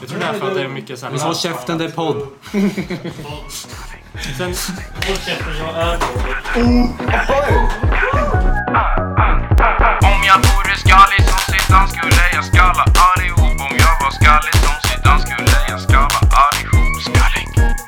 Jag tror därför att det är mycket så här. Håll käften, det är podd. Sen håll käften, jag är. Om jag vore skallig som Zidane skulle jag skalla allihop. Om jag var skallig som Zidane skulle jag skalla allihop. Skallig.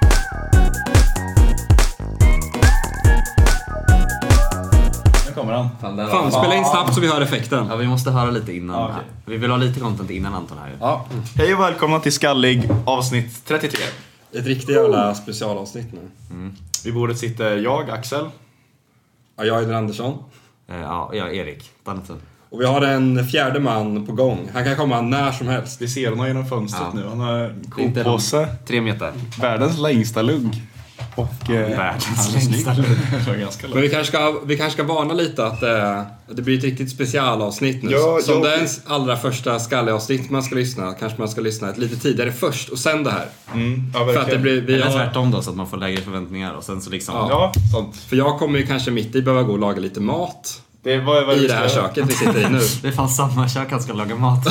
Nu kommer han. Fan, spela in snabbt så vi hör effekten. Ja, vi måste höra lite innan Ja, okej. här. Vi vill ha lite content innan Anton här. Ja. Hej och välkomna till Skallig avsnitt 33. Ett riktigt jävla specialavsnitt nu. Vid bordet sitter jag, Axel. Ja, jag är Edvin Andersson. Ja, Erik Dannesson. Och vi har en fjärde man på gång. Han kan komma när som helst. Vi ser honom genom fönstret nu. Han har Inte kokpåse. 3 meter. Världens längsta lugg. Och Världens längsta lugg. Det var ganska Men långt. vi kanske ska varna lite att det blir ett riktigt specialavsnitt nu. Ja, Som ja. det är ens allra första skallavsnitt man ska lyssna. Kanske man ska lyssna ett lite tidigare först och sen det här. Ja, För verkligen. att det blir, Eller tvärtom då, så att man får lägre förväntningar. Och sen så liksom... Ja, sant. För jag kommer ju kanske mitt i behöva gå och laga lite mat. Det var vad I det här köket vi sitter i nu. Det är fan samma kök han ska laga mat.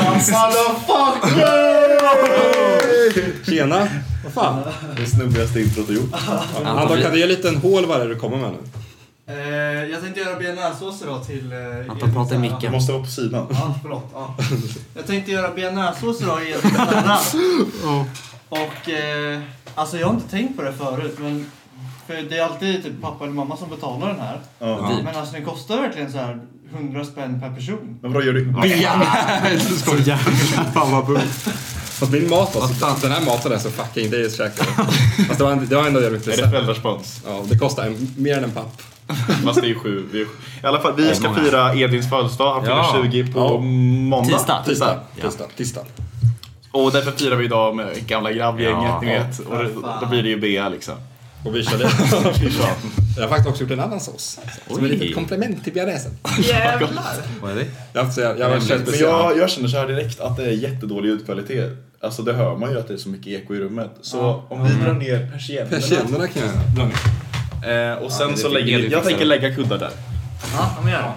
Tjena! Vad fan? Det snubbigaste introt du gjort. Anton, kan du ge lite en hål vad det är du kommer med nu? Jag tänkte göra bearnaisesåser då till... Anton pratar i Du micken. måste vara på sidan. Ja, förlåt. Ja. Jag tänkte göra bearnaisesåser då i Edvins stjärna. Och alltså jag har inte tänkt på det förut, men för det är alltid typ pappa eller mamma som betalar den här. Ja. Men alltså den kostar verkligen så här 100 spänn per person. Men vad gör du? Så jävla fan vad bull. Fast min mat alltså, den här maten är så fucking, det är käkad. Fast det var ändå jävligt Är det present. föräldraspons? Ja, det kostar mer än en papp. Fast det är 7. I alla fall, vi ska fira Edvins födelsedag. Han fyller 20 på måndag. Tisdag. Och därför firar vi idag med gamla grabbgänget, Ja. ni vet. Och då blir det ju Bea liksom. Och vi körde. Jag har faktiskt också gjort en annan sås. Som ett litet komplement till bearnaisen. Vad är det? Jag var Men jag känner så här direkt att det är jättedålig ljudkvalitet. Alltså det hör man ju att det är så mycket eko i rummet. Så om vi drar ner persiennerna. Persiennerna kan jag dra ner. Och sen det så fick lägger Edvin jag fixa tänker det. lägga kuddar där. Ja, men gör det.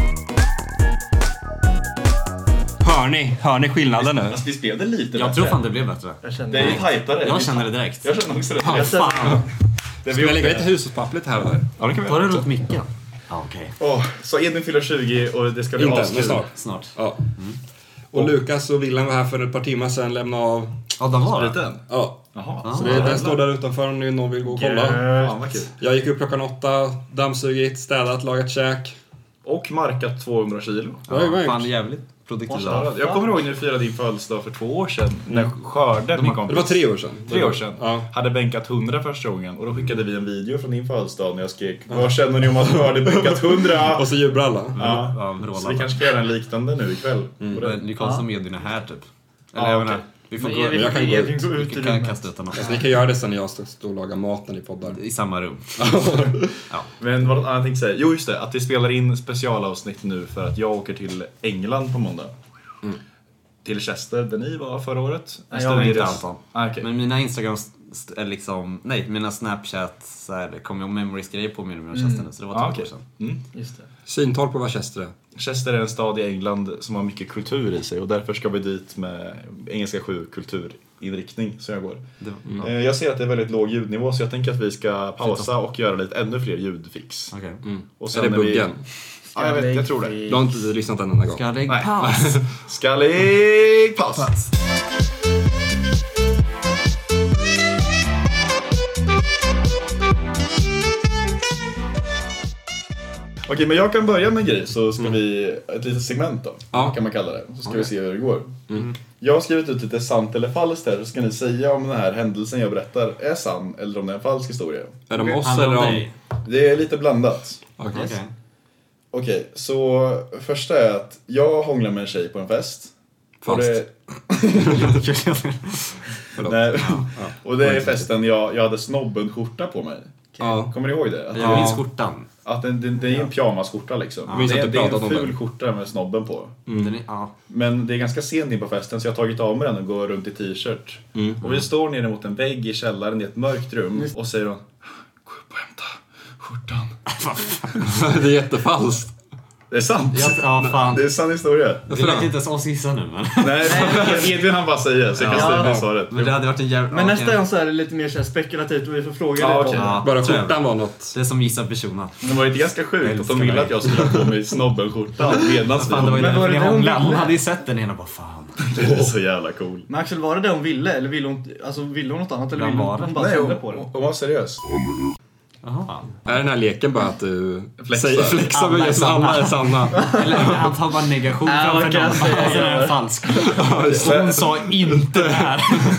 Hör ni skillnaden nu? Alltså visst blev det lite Jag tror fan det blev bättre. det är ju tajtare. Jag känner det direkt. Jag känner också det. Fan. Ska vi lägga lite hushållspapper lite här eller? Ja, det kan vi Var det göra. runt micken? Ja, okej. Så Edvin fyller 20 och det ska bli Inte än, askul. men snart. Snart. Ja. Och Lukas och Wilhelm var här för ett par timmar sedan, lämnade av. Ja, de var det. Liten? Ja. Jaha. Så den står där utanför om någon vill gå och kolla. Fan vad kul. Jag gick upp klockan 8, dammsugit, städat, lagat käk. Och markat 200 kilo. Ja, det var Fan, gjort. jävligt produktiv. Jag kommer ihåg när du firade din födelsedag för 2 år sedan. När skörden, min kompis. Det var 3 år sedan. 3 år sedan. Ja. Hade bänkat 100 första gången. Och då skickade vi en video från din födelsedag när jag skrek: vad känner ni om att du hade bänkat 100? Och så jublade alla. Ja. Så vi kanske ska göra en liknande nu ikväll. Men det är konstigt med dina här typ. Ja, Eller jag okej. menar, vi får Men gå jag kan gå Edvin går ut i vi kan rummet. kasta ut honom. Alltså, ni kan göra det sen när jag står och lagar mat när ni poddar. I samma rum. Men vad jag tänkte säga. Jo just det, att vi spelar in specialavsnitt nu för att jag åker till England på måndag. Till Chester, där ni var förra året. Jag var inte Anton. Okej. Men mina Instagram är liksom, nej, mina Snapchat så här, det kommer ju memories-grejer på mig med Chester nu, så det var 2 år sedan. Just det. Syntorp på Chester är. Chester är en stad i England som har mycket kultur i sig och därför ska vi dit med engelska 7 kulturinriktning så jag går. Jag ser att det är väldigt låg ljudnivå så jag tänker att vi ska pausa och göra lite ännu fler ljudfix. Okej. Och Är det när vi- buggen? Ja, jag tror det. Du har inte lyssnat en enda gång. Ska det Nej. paus? Skallig paus. Okej, men jag kan börja med en grej så ska vi, ett litet segment då, kan man kalla det. Så ska vi se hur det går. Jag har skrivit ut lite sant eller falskt här, så ska ni säga om den här händelsen jag berättar är sann eller om det är en falsk historia. Är det om oss Handlar eller om om... dig? Det är lite blandat. Okej. Okej. Okej, så första är att jag hånglar med en tjej på en fest. Och det, Förlåt. nej, och det är festen jag hade snobben-skjorta på mig. Ja. Kommer ni ihåg det? Att, Jag minns skjortan. att det är en pyjamasskjorta liksom. minns Det att är, du det är pratat en om ful den. skjorta med snobben på. Den är, ja. Men det är ganska sent in på festen så jag har tagit av mig den och går runt i t-shirt. Och vi står nere mot en vägg i källaren i ett mörkt rum och säger hon: gå upp och hämta skjortan. Det är jättefalskt. Det är sant. Ja, fan. Det är en sann historia. Det lät inte ens oss gissa nu, men... Nej, Edvin han bara säger så jag kan ställa det svaret. Men det hade varit en jävla... Men nästa gång så är det lite mer så här spekulativt och vi får fråga Ja, lite okej. om Bara skjortan var något. Det är som gissar personen. Det var inte ganska sjukt att de ville att jag skulle ha på mig snobbenskjortan medans Fan, det var ju Men var det därför det hon hon ville? hade ju sett den ena och bara fan. Det är så jävla cool. Men Axel, var det det hon ville? Eller ville hon något annat? Eller Vem ville var hon det? bara tände på det? Hon var seriös. Jaha. Är den här leken bara att du Flexar. flexar Alla är med sanna. alla är sanna? Eller han tar bara negation framför vad kan jag någon. säga? Alltså den är falsk. Hon sa inte det här.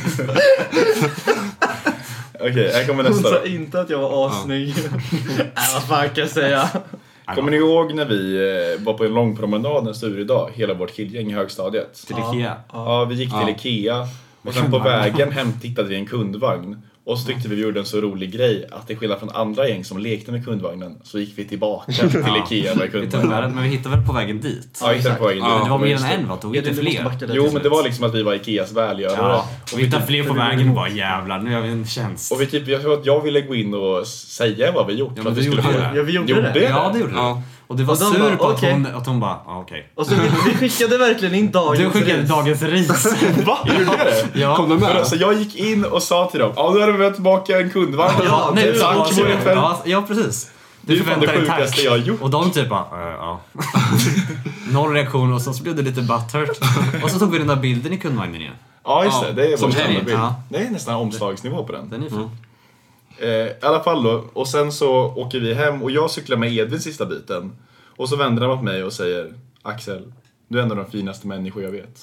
Okej, här kommer Hon nästa sa då. inte att jag var assnygg. Vad fan kan jag säga? Kommer ni ihåg när vi var på en lång promenad en Sturedag, hela vårt killgäng i högstadiet? Till Ikea. Ja, vi gick till Ikea och sen på vägen hem hittade vi en kundvagn. Och så tyckte vi gjorde en så rolig grej att till skillnad från andra gäng som lekte med kundvagnen så gick vi tillbaka till Ikea med Vi tog kundvagnen. med den, men vi hittade väl på vägen dit. Ja, hittade på vägen. Men det var mer än just det. en, va? Tog inte fler? Jo, men det var liksom att vi var Ikeas välgörare. Ja, och vi hittade typ- fler på vägen och bara jävlar, nu gör vi en tjänst. Och vi typ, jag tror att jag ville gå in och säga vad vi gjort. Ja, för men att du vi skulle gjorde få det. Ja, vi gjorde det. Ja, det gjorde du. Ja. Och du var Och de sur bara, på att okej. hon bara, okej. Och så vi skickade verkligen in dagens Du skickade ris. dagens ris. Va? Gjorde du det? Ja. Kom du med? Men alltså, jag gick in och sa till dem, ja nu har vi tillbaka en kundvagn. Ja, Nej, du tack var för det. ja, precis. Det är ju fan det förväntade dig sjukaste jag har gjort. Och de typ bara, ja. Noll reaktion och så blev det lite butthurt. Och så tog vi den där bilden i kundvagnen igen. Ja, just det. Det är Som vår helg. standardbild. Ja. Det är nästan omslagsnivå på den. Den är fin. I alla fall då, och sen så åker vi hem och jag cyklar med Edvin sista biten. Och så vänder han mot mig och säger, Axel, du är en av de finaste människor jag vet.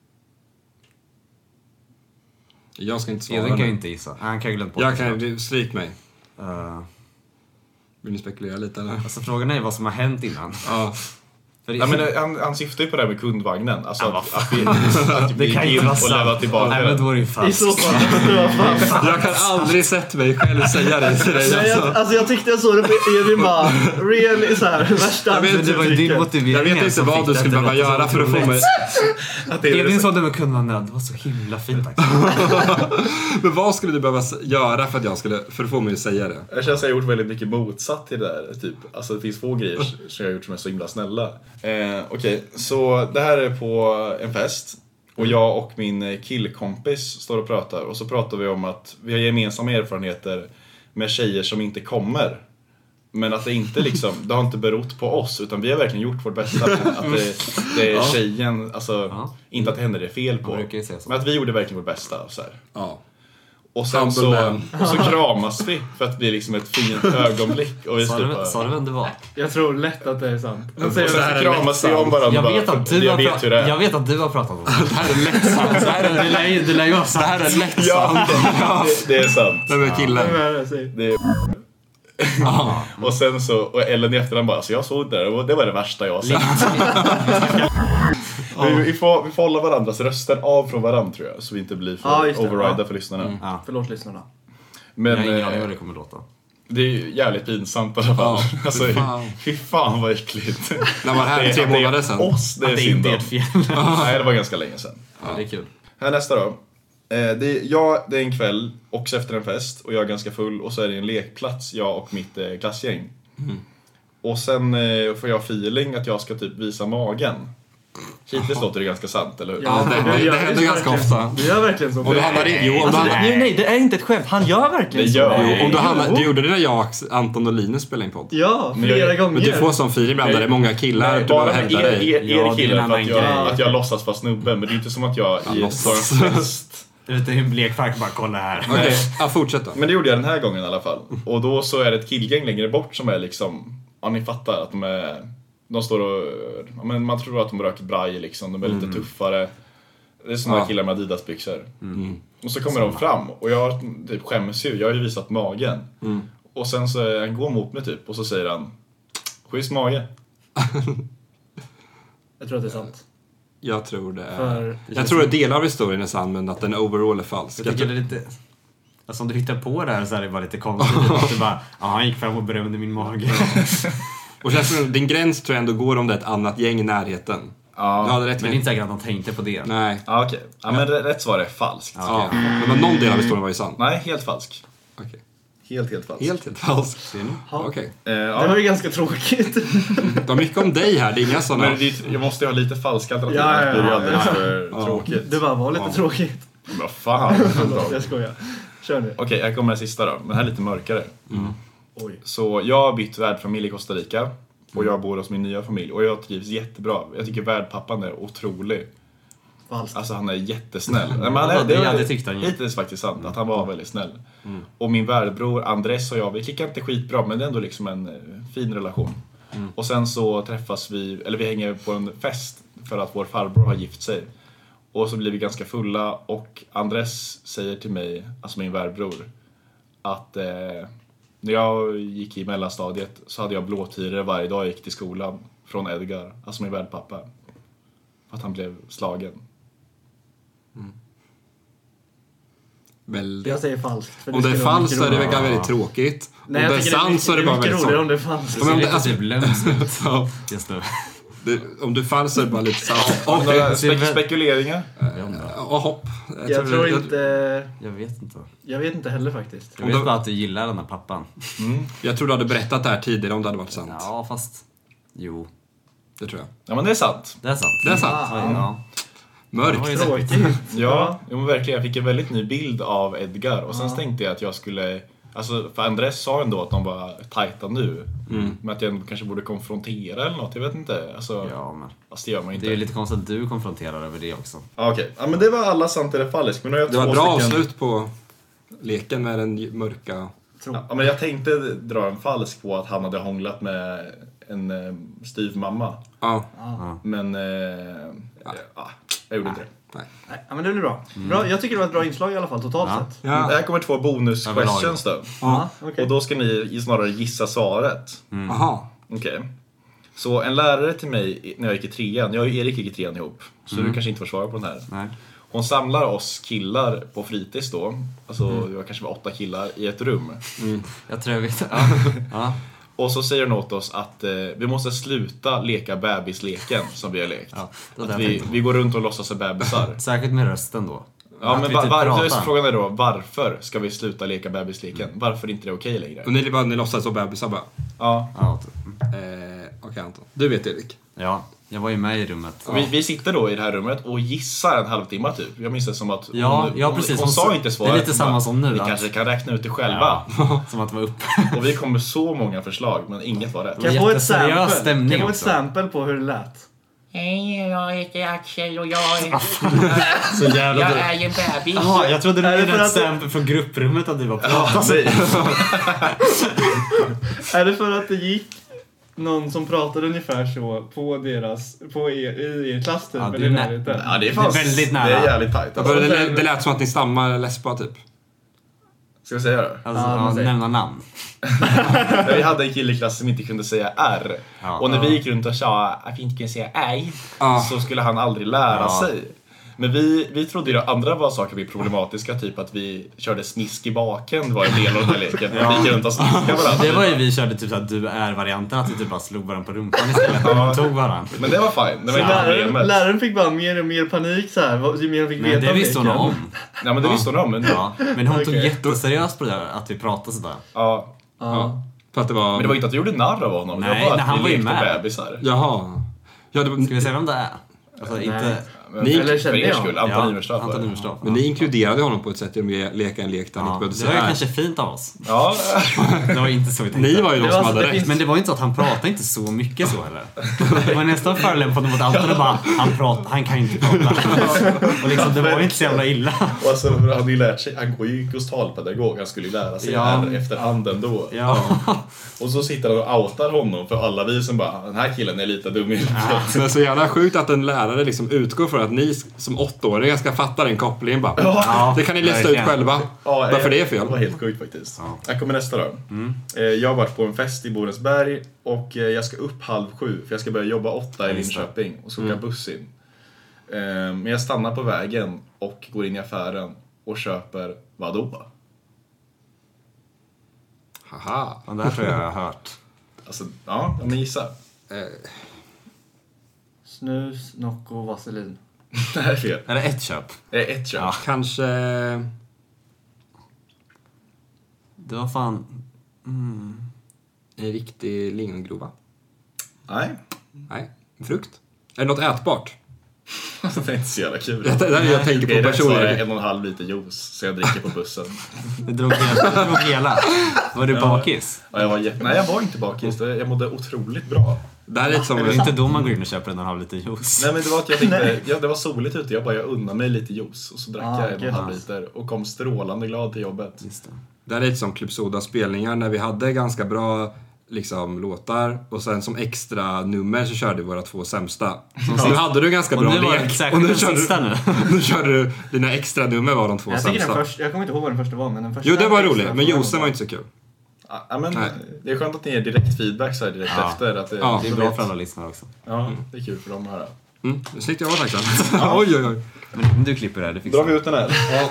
Jag ska inte svara. Edvin kan ju nu. inte gissa. Han kan ju glömt bort Jag det snart. kan, stryk mig. Vill ni spekulera lite eller? Alltså frågan är vad som har hänt innan. Ja. För Ja, men han syftar ju på det här med kundvagnen. Alltså Ja, att vi gick kan in inte vara och sant. lämnade tillbaka Nej, men den. då är det ju I falskt. så fall måste det vara fan. Jag kan aldrig sett mig själv säga det till dig. Nej, Alltså. jag tyckte jag såg det på Edvin bara, really såhär, värsta vet Men det var ju din motivering. Jag vet inte som vad fick du det skulle att behöva låta göra så för att få otroligt. mig... Att det är Edvin det sa det med kundvagnen, det var så himla fint Axel. Men vad skulle du behöva göra för att få mig att säga det? Jag känner att jag har gjort väldigt mycket motsatt till det där. Typ. Alltså det finns få grejer som jag har gjort som är så himla snälla. Okej, så det här är på en fest. Och jag och min killkompis står och pratar. Och så pratar vi om att vi har gemensamma erfarenheter med tjejer som inte kommer. Men att det inte liksom, det har inte berott på oss. Utan vi har verkligen gjort vårt bästa. Att det är tjejen, alltså inte att henne det är fel på. Man brukar ju säga så. Men att vi gjorde verkligen vårt bästa. Så här. Ja. Och sen Humble så, man. och så kramas vi för att det blir liksom ett fint ögonblick. Och vi Sa du vem det var? Jag tror lätt att det är sant. och sen så kramas vi om varandra. Jag vet att du har pratat om det. Det här är lätt sant. Det lär ju vara sant. Det här är lätt Ja, sant. det är sant. Den med killen. Det är... Och sen så, och Ellen i efterhand bara, alltså jag såg det och det var det värsta jag har sett. Vi får hålla varandras röster av från varandra tror jag, så vi inte blir för just det. overrida för lyssnarna. Ja. Förlåt lyssnarna. Men Jag har ingen aning vad det kommer låta. det är ju jävligt pinsamt i alla fall. Ja, alltså, fan. fy fan vad äckligt. När man här 3 månader sedan. Oss, det är Det är synd inte om. ert fel. Nej, det var ganska länge sedan. Ja, det är kul. Här nästa då. Det är en kväll, också efter en fest, och jag är ganska full, och så är det en lekplats, jag och mitt klassgäng. Och sen får jag feeling att jag ska typ visa magen. Hittills låter det ganska sant, eller hur? Ja, det händer ganska ofta. Du gör verkligen så. Och du hamnar in... Jo, om Alltså, du... nej, det är inte ett skämt. Han gör verkligen Det så. gör Jo, om du, Jo. du gjorde det när jag, Anton och Linus spelade in podd. Ja, Men flera jag- gånger. Men du får sån feeling ibland där det är många killar. Du bara behöver med hävda dig. Ja, det är er en killar för annan att grej. att jag låtsas vara snubbe, men det är inte som att jag på en låtsas. fest. Ute i en blekfack bara kolla här. Okej, ja, fortsätt då. Men det gjorde jag den här gången i alla fall. Och då så är det ett killgäng längre bort som är liksom, ja ni fattar att de står och, ja, men man tror att de röker braj liksom, de är lite tuffare. Det är såna killar med Adidas-byxor. Och så kommer de fram och jag typ skäms ju, jag har ju visat magen. Och sen så han går mot mig typ och så säger han, schysst mage. Jag tror att det är sant. Jag tror det är... För- Jag tror att delar av historien är sann, men att den overall är falsk. Jag tycker det är lite... Alltså om du hittar på det här så är det bara lite konstigt. Att du bara, ja han gick fram och berömde min mage. Och känns som din gräns tror jag ändå går om det är ett annat gäng i närheten. Ja. Du hade rätt. Men det är inte säkert att de tänkte på det. Nej. Ja okej, ja, men rätt svar är falskt. Ja. Men någon del av historien var ju sann. Nej, helt falsk. Okej. Helt falskt. Helt falskt. Ser ni? Okej. Det var ju ganska tråkigt. Det var mycket om dig här, det är inga sådana. Men jag måste ju ha lite falska alternativ, Ja, annars blir det alldeles för tråkigt. Det var lite tråkigt. Men vad fan. Förlåt, jag skojar. Kör nu. Okej, här kommer den sista då. Men den här är lite mörkare. Oj. Så jag har bytt värdfamilj i Costa Rica. Och jag bor hos min nya familj. Och jag trivs jättebra. Jag tycker värdpappan är otrolig. Falskt. Alltså han är jättesnäll. Nej, men det tyckte han ju. hittills faktiskt sant att han var väldigt snäll. Och min värdbror Andres och jag, vi klickar inte skitbra, men det är ändå liksom en fin relation. Och sen så träffas vi, eller vi hänger på en fest för att vår farbror har gift sig. Och så blir vi ganska fulla och Andres säger till mig, alltså min värdbror, att när jag gick i mellanstadiet så hade jag blåtiror varje dag jag gick till skolan från Edgar, alltså min värdpappa. Att han blev slagen. Väldigt. Jag säger falskt. För Om det är skulle vara falskt så är mycket det roligare. väldigt tråkigt. Nej, Om det jag är tycker sant så är det bara mycket väldigt roligare om sant. det är falskt. Det ser lite alltså- typ lömskt ut Ja. just nu. Om du är falskt så är det bara lite sant. Några det är väl- spekuleringar? Och hopp. Jag tror inte... Jag vet inte heller faktiskt. Jag vet bara att du gillar den här pappan. Jag tror du hade berättat det här tidigare om det hade varit sant. Ja, fast... Jo, Det tror jag. Ja, men det är sant. det är sant. Det är sant. Ja. Mörkt. Tråkigt. Ja, men verkligen. Jag fick en väldigt ny bild av Edgar. Och sen tänkte jag att jag skulle... Alltså, för Andres sa ändå att de var tajta nu. Men att jag kanske borde konfrontera eller något. Jag vet inte. Alltså, Ja, men fast det gör man det inte. är ju lite konstigt att du konfronterar över det också. Okej. Ja, men det var alla sant eller falskt. Men nu har jag Det var två bra stycken... avslut på leken med den mörka... Ja, men jag tänkte dra en falsk på att han hade hånglat med en styvmamma. Ja. Men... jag gjorde inte det. Nej. Nej, men det blir bra. Bra. Jag tycker det var ett bra inslag i alla fall, totalt sett. Det Ja. här kommer 2 bonus questions då. Ja, okej. Och då ska ni snarare gissa svaret. Aha. Okej. Så en lärare till mig när jag gick i 3:an, jag och Erik gick i 3:an ihop. Så du kanske inte får svara på den här. Nej. Hon samlar oss killar på fritids då. Alltså det var kanske 8 killar i ett rum. Jag tror jag vet. Ja. Och så säger hon åt oss att vi måste sluta leka bebisleken som vi har lekt. Ja, det där att tänkte vi går runt och låtsas vara bebisar. Säkert med rösten då. Ja, Att men vi typ pratar. frågan är då, varför ska vi sluta leka bebisleken? Varför är inte det okej längre? Och ni låtsas som bebisar bara. Ja. Ja, typ. Okej Anton. Du vet Erik. Ja, jag var ju med i rummet. Och vi sitter då i det här rummet och gissar en halvtimme typ. Jag minns det som att Ja, precis. hon sa inte svaret. Det är lite samma bara, som nu, Ni att- kanske kan räkna ut det själva. Som att det var uppe. Och vi kom med så många förslag, men inget var rätt. Kan jag få ett Jätteseriös sample? stämning Kan jag få ett också. sample på hur det lät? Hej, jag heter Axel och jag är Så jävla jag är ju en bebis. Jaha, jag trodde du Är det menade för ett att- exempel från grupprummet att du var på. Ja, nej. Är det för att det gick någon som pratade ungefär så på er klass typ? Ja, det är eller i nä- närheten? Ja, det är fan, Det är väldigt nära. Det är jävligt tajt. Alltså. Det lät som att ni stammar eller läspar typ. Ska vi säga det? Alltså, Ja, men säg. nämna namn. Men vi hade en kille i klassen som inte kunde säga R. Ja. Och när vi gick runt och sa att vi inte kunde säga ej, Ja. så skulle han aldrig lära Ja. sig. Men vi trodde ju att andra var saker vi problematiska, typ att vi körde smisk i baken var en del av den här leken. Vi gick runt och smiskade varandra. Det var ju vi körde typ såhär du är-varianten, att vi typ bara slog varandra på rumpan istället. De tog varandra. Men det var fine, det var Så inte problemet. läraren fick bara mer och mer panik så här, ju mer hon fick Men veta det visste hon leken. om. Nej, men det visste hon om. Men, Ja, men hon tog Okej. jätteseriöst på det där, att vi pratade sådär. ja. Ja. För att det var... Men det var inte att du gjorde narr av honom. Nej, det var nej, att han vi var ju lekte med. bebisar. Jaha. Ja, det var... Ska vi säga vem det är? Alltså inte... Men Ni- för kände er jag. skull, Anton Iverstraff. Anton Iverstraff. Men ni inkluderade honom på ett sätt genom att leka en lek där han Ja, inte behövde det var ju säga kanske fint av oss. Ja, Det var inte så vi tänkte. Ni var ju de Det som var hade så- rätt. Men det var inte så att han pratade inte så mycket så heller. Det var nästan förolämpande mot Anton och bara, han kan inte prata. Och liksom, det var ju inte så jävla illa. och alltså, han hade ju lärt sig, han går ju kurs talpedagog, han skulle ju lära sig Ja. här efter anden då. Ja. Och så sitter han och outar honom för alla vi som bara, den här killen är lite dum i huvudet. Så det är så jävla sjukt att en lärare liksom utgår från att ni som 8-åringar ska fatta den kopplingen bara. Ja, Det kan ni lista ut verkligen. själva. Varför det är Det var fel. helt sjukt faktiskt. Här kommer nästa då. Jag har varit på en fest i Borensberg och jag ska upp 6:30 för jag ska börja jobba 8 i Linköping och så åka buss in. Men jag stannar på vägen och går in i affären och köper vadå? Haha. Och där tror jag har hört. Alltså, ja, men gissa. Snus, Nocco, vaselin. Det här är fel. Är det ett köp? Det är ett köp. Ja. Kanske... Det var fan... En riktig lingongrova. Nej. Nej, frukt. Är det något ätbart? Det är inte så jävla kul. Det är det jag tänker på personligen. 1,5 liter juice så jag dricker på bussen. Det drog hela. Var du bakis? Ja, Nej, jag var inte bakis. Jag mådde otroligt bra. Det här är lite som... Det är inte då man går in och köper 1,5 liter juice. Nej, men det var att jag tänkte, det var soligt ute. Jag unnade mig lite juice. Och så drack jag 1,5 liter och kom strålande glad till jobbet. Just det. Det här är lite som Club Soda spelningar när vi hade ganska bra liksom, låtar och sen som extra nummer så körde vi våra 2 sämsta. Så nu hade du ganska bra lek. Och nu körde du dina extra nummer var de 2 sämsta. Jag kommer inte ihåg vad den första var, men den första... Jo, det var roligt, men juicen var inte så kul. Ja, men det är skönt att ni ger direkt feedback så här direkt efter. Att det är bra för alla lyssnare också. Ja, det är kul för dem att höra. Nu snittade jag av tacksam. Oj. Men du klipper det här, det fixar. Drar vi ut den här? Ja.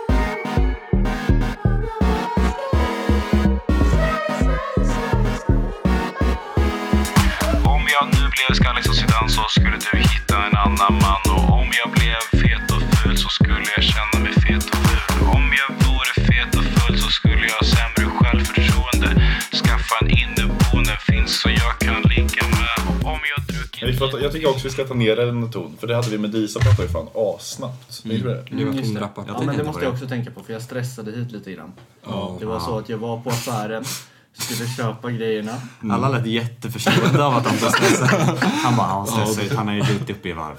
Om jag nu blev skallig som Zidane så skulle du hitta en annan man. Och om jag blev fet och ful så skulle jag känna mig fet och ful. Om jag vore fet och full så skulle jag ha sämre självförtroende. Skaffa en inneboende finns så jag kan ligga med. Och om jag druckit... Jag tycker också vi ska ta ner en ton. För det hade vi med Disa pratat ju fan asnabbt. Det var tondrappat. Ja, men det måste jag också tänka på för jag stressade hit lite grann. Det var så att jag var på affären, skulle köpa grejerna. Alla lät jätteförstående av att han var stressad. Han bara, han stressar, han är ju lite uppe i varv.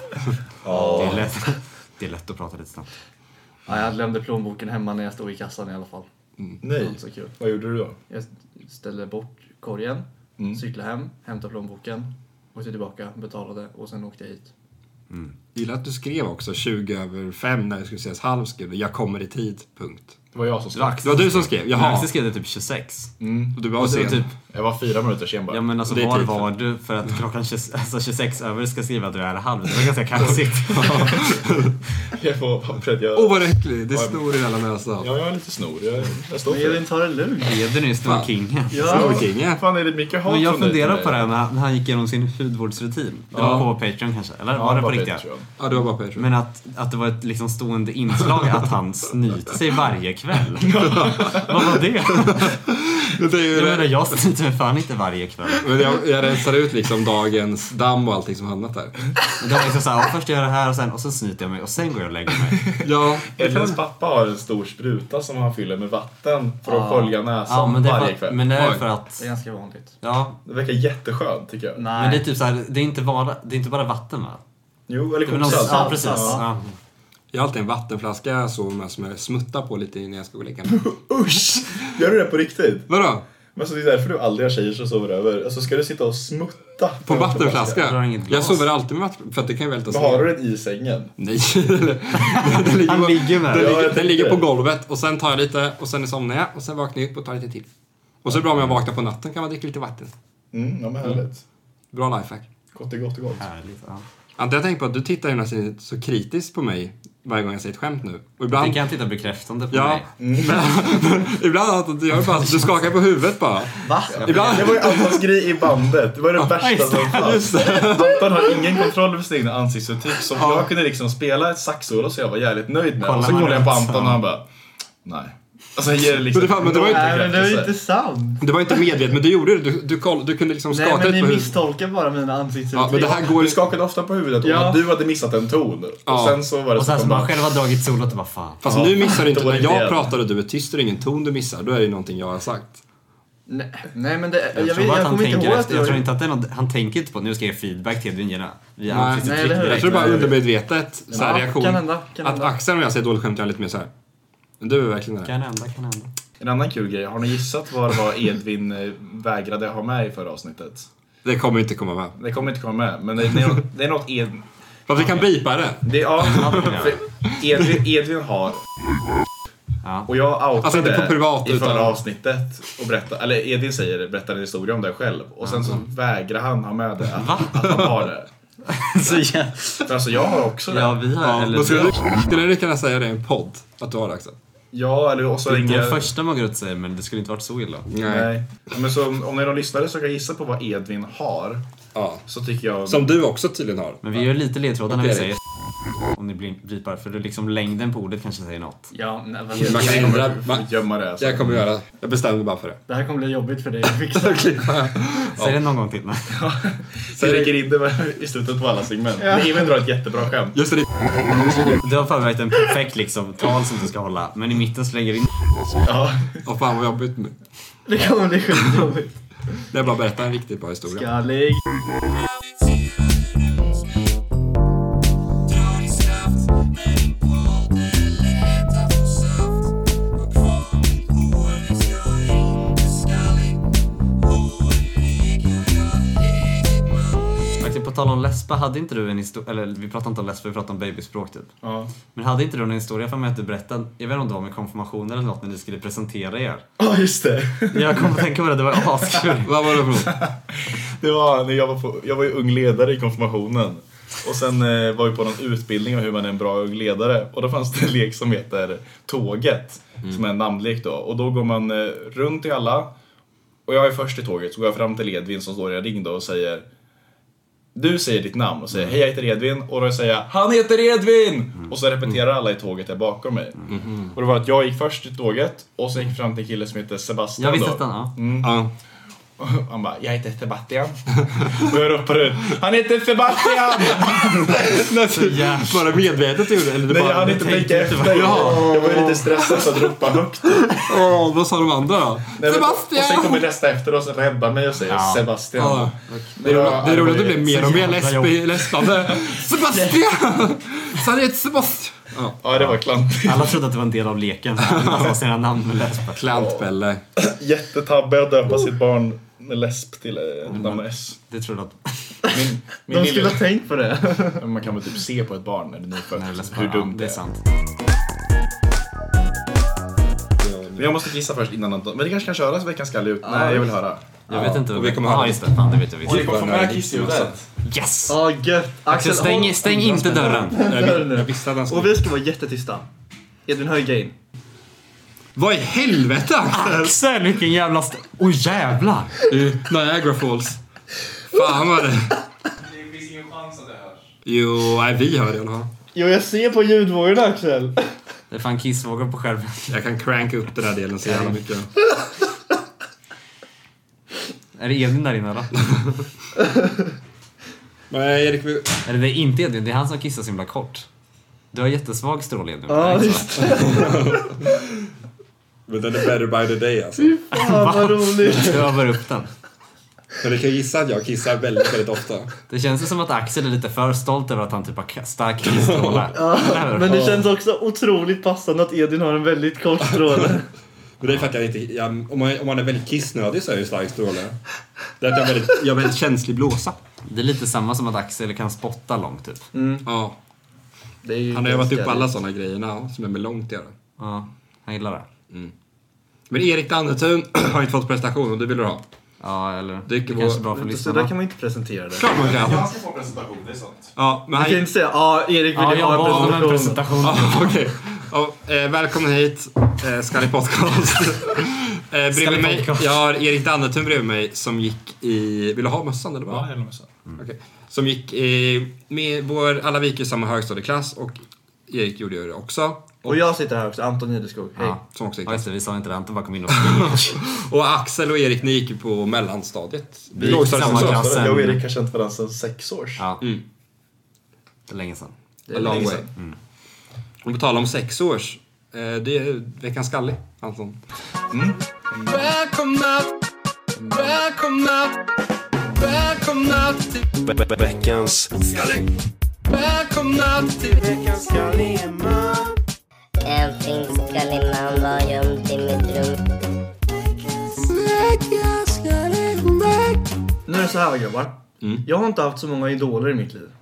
Det är lätt att prata lite snabbt. Ja, jag lämnade plånboken hemma när jag stod i kassan i alla fall. Nej, så kul. Vad gjorde du då? Jag ställde bort korgen, cyklade hem, hämtade plånboken, åkte tillbaka, betalade och sen åkte jag hit. Gillar att du skrev också 20:05 när det skulle sägas halv skrev jag kommer i tid, punkt. Det var jag som skrev. Det var du som skrev, jaha. Axel skrev det typ 26. Och du var sen. Typ, Jag var 4 minuter sen bara. ja men alltså Det är var tid var du för att klockan 26 över ska skriva att du är halv? Det var ganska kaxigt. Jag får pappret. Vad äckligt, det är snor i hela näsan. Ja, jag har lite snor. Jag står Men för jag det. vill ta det lugnt. Eden är ju stor king. Snor-kingen. Fan, är det mycket hat Men jag från dig funderar till på mig? det när han gick igenom sin hudvårdsrutin. Det var på Patreon kanske, eller var det på riktigt? Patreon. Ja, det var bara Patreon. Men att det var ett liksom stående inslag att han snyter sig varje kväll. Vad var det? Det är ju Jag snyter mig fan inte varje kväll. men jag rensar ut liksom dagens damm och allting som hamnat där. Det var liksom såhär, först gör jag det här och sen snyter jag mig och sen går jag och lägger mig. Ja, Ellens pappa har en stor spruta som han fyller med vatten för att skölja näsan men det varje är kväll. men det är Oj. för att... Det är ganska vanligt. Ja, Det verkar jätteskönt tycker jag. Nej. men det är typ såhär, det är inte bara vatten va? Jo, eller Men kokosalt. ja, precis. Ja. Ja. jag har alltid en vattenflaska så med som jag smuttar på lite när jag ska gå och lägga mig. Usch! Gör du det på riktigt? Vadå? Men så det är därför du aldrig har tjejer som sover över. Alltså ska du sitta och smutta På Jag vattenflaska? drar inget glas. Jag sover alltid med vatten, för att det kan ju välta Men har du den i sängen? Nej. Han ligger med det. Den ligger på golvet och sen tar jag lite och sen somnar jag och sen vaknar jag upp och tar lite till. Och så är det bra om jag vaknar på natten kan man dricka lite vatten. Ja men härligt. Bra lifehack. Gott är gott är gott. Härligt, ja. Ante, jag tänker på att du tittar ju så kritiskt på mig varje gång jag säger ett skämt nu. Och Det ibland... kan titta bekräftande på Ja, mig. men ibland att du gör bara du skakar på huvudet bara. Va? Ibland... Det var ju Antons grej i bandet. Det var det värsta som fanns. Anton har ingen kontroll över sina egna ansiktsuttryck. Så jag kunde liksom spela ett saxsolo så jag var jävligt nöjd med. Och så kollade jag på Anton och han bara nej. Alltså jag ger det liksom... Men det var inte... Nej, men det är ju inte sant. Det var inte medvetet, men du gjorde det. Du kunde liksom skaka Nej, men ut ni på huvudet. misstolkar bara mina ansiktsuttryck. Ja, men det här går... Du skakade ofta på huvudet om Ja. att du hade missat en ton. Ja. Och sen så var det Och sen så som man själv har dragit solot och bara fan. Fast nu missar du inte. När dåligt jag igen. pratar och du är tyst och det är ingen ton du missar. Då är det ju någonting jag har sagt. Nej, men det... Jag tror bara att han kommer inte tänker ihåg att efter. Jag tror inte att det är något, han tänker inte på nu ska jag ge feedback till Edvin via Nej, ansiktsuttryck eller hur? Jag direkt. tror bara undermedvetet så här Ja, reaktion. kan hända. Att Axel och jag säger dåligt skämt jag är lite mer så här. Men du är verkligen det. Kan hända. En annan kul grej. Har ni gissat vad det var Edvin vägrade ha med i förra avsnittet? Det kommer inte komma med. Det kommer inte komma med. Men det är något Edvin... Fast vi kan bipa det. Ja, för Edvin har... Ja. Och jag outade Alltså inte på privat, i förra utan- avsnittet och berättade, eller Edvin berättar en historia om det själv. Och sen så vägrar han ha med det, att han har det. Så ja. För alltså jag har också det. Ja, vi har... Ja, eller då vi har- skulle du kunna säga det i en podd. Att du har det också. Ja, eller och så Det är inte ringer... det första man går ut och säger, men det skulle inte varit så illa. Nej. Men så om ni är någon lyssnare så kan gissa på vad Edvin har. Ja. Så tycker jag... Som du också tydligen har. Men vi gör lite ledtrådar när vi Erik. säger om ni blipar, för det är liksom längden på ordet kanske säger något. Ja, nej, Man kan ändra. gömma det. Alltså. Jag kommer göra. Jag bestämde bara för det. Det här kommer bli jobbigt för dig att fixa. Säg det någon gång till. Sen räcker in det i slutet på alla segment. Men Edvin drar ett jättebra skämt. Just det. Du har förberett en perfekt liksom, tal som du ska hålla, men i mitten slänger in. Ja. Åh fan vad jobbigt nu. Det kommer bli skitjobbigt. Det är bara att berätta en riktigt bra historia. Skallig. På tal om lesba, hade inte du en historia, eller vi pratar inte om lesba, vi pratar om babyspråk typ. Ja. Men hade inte du en historia för mig att du berättade, jag vet inte om det var med konfirmationer eller något när ni skulle presentera er? Ja, just det. Jag kommer att tänka på det var askul. Vad var det för något? Det var när jag var ju ung ledare i konfirmationen. Och sen var vi på någon utbildning om hur man är en bra ung ledare. Och då fanns det en lek som heter Tåget. Som är en namnlek då. Och då går man runt i alla. Och jag är först i tåget. Så går jag fram till Edvin som står i en ring då och säger... Du säger ditt namn och säger hej, jag heter Edvin. Och då säger jag, han heter Edvin! Och så repeterar alla i tåget där bakom mig. Och det var att jag gick först i tåget. Och så gick jag fram till en kille som heter Sebastian. Jag visste då. att han, ja. Ja. Han bara, jag heter Sebastian. Och jag ropar ut, han heter Sebastian! Bara medvetet gjorde eller det Nej, bara... jag hade inte tänkt efter. Jag var ju lite stressad så att ropa högt. Vad sa de andra då? Nej, Sebastian! Och sen kommer nästa efter oss och räddar mig och säger Sebastian. Ja. Det är roligt att det blir mer och mer läspande. Sebastian! Så han heter Sebastian. Ja, det var klantigt. Alla trodde att det var en del av leken. Man sa sina namn med lesba. Klantpelle. Jättetabbe att döpa sitt barn med läsp till namn S. Det trodde att... Min De skulle ha tänkt på det. Man kan väl typ se på ett barn när det är nyfött Nej, lesba, hur dumt det är sant. Men jag måste gissa först innan men det kanske kan köras veckans skalle ut. Nej, jag vill höra. Jag vet inte. och vi kommer ja, höra. just det. Fan, det vet jag visst. Och vi kommer få med kissljudet. Yes! Ja, gött. Axel, stäng inte dörren. Jag visste att han Och vi ska vara jättetysta. Edvin, höj gain. Vad i helvete Axel? Axel, vilken jävla... Jävlar! Niagara Falls. Fan vad det... Det finns ingen chans att det hörs. Jo, nej, vi hör det i alla fall. Jo, jag ser på ljudvågorna, Axel. Det är fan kissvågor på skärmen. Jag kan cranka upp den här delen så jävla mycket. Är det Edvin där inne då? Men Erik, vi... Eller det är inte Edvin, det är han som kissar så himla kort. Du har jättesvag stråle Edvin. Ja, visst. Men den är better by the day alltså. Fan, vad roligt. Du övar upp den. Men du kan gissa att jag kissar väldigt, väldigt ofta. Det känns ju som att Axel är lite för stolt över att han typ har stark kissstråle. Men det känns också otroligt passande att Edvin har en väldigt kort stråle. Men det är för att jag inte... om man är väldigt kissnödig så är det ju stark stråle. Det är att jag är väldigt känslig blåsa. Det är lite samma som att Axel kan spotta långt typ. Ja. Det är ju Han har övat upp alla sådana grejerna som är med långt att göra. Ja, han gillar det. Men Erik Dannetun har inte fått prestation och det vill du ha. Ja, eller Det är det kanske är bra för Så där lyssnarna. kan man inte presentera det. Klart man kan. Jag ska få presentation, det är sant. Ja, men Man kan inte säga, Erik vill Ja, ju jag ha bad om en en presentation. presentation. Ja, okej. Ja, välkommen hit, Skallig Podcast. Bredvid mig, Podcast. jag har Erik Dannetun bredvid mig som gick i... Vill du ha mössan eller vad? Ja, jag är med så. Okej. Som gick med alla vi gick i samma högstadieklass och Erik gjorde det också. Och jag sitter här också, Anton Nideskog. Hej. Ja. Som också gick. Ja, just det, vi sa inte det. Anton bara kom in och Och Axel och Erik, ni gick på mellanstadiet. Vi gick i samma också. klass. Jag och Erik har känt varandra sedan 6 år. Ja, Mm. det är länge sedan. Det A är long länge way. sedan. Och på tal om 6 års. Det är veckans skallig, Anton. Välkomna till Veckans skallig. Välkomna till veckans skallig. En finskallig man var gömd i mitt rum. Nu är det så här grabbar. Jag har inte haft så många idoler i mitt liv.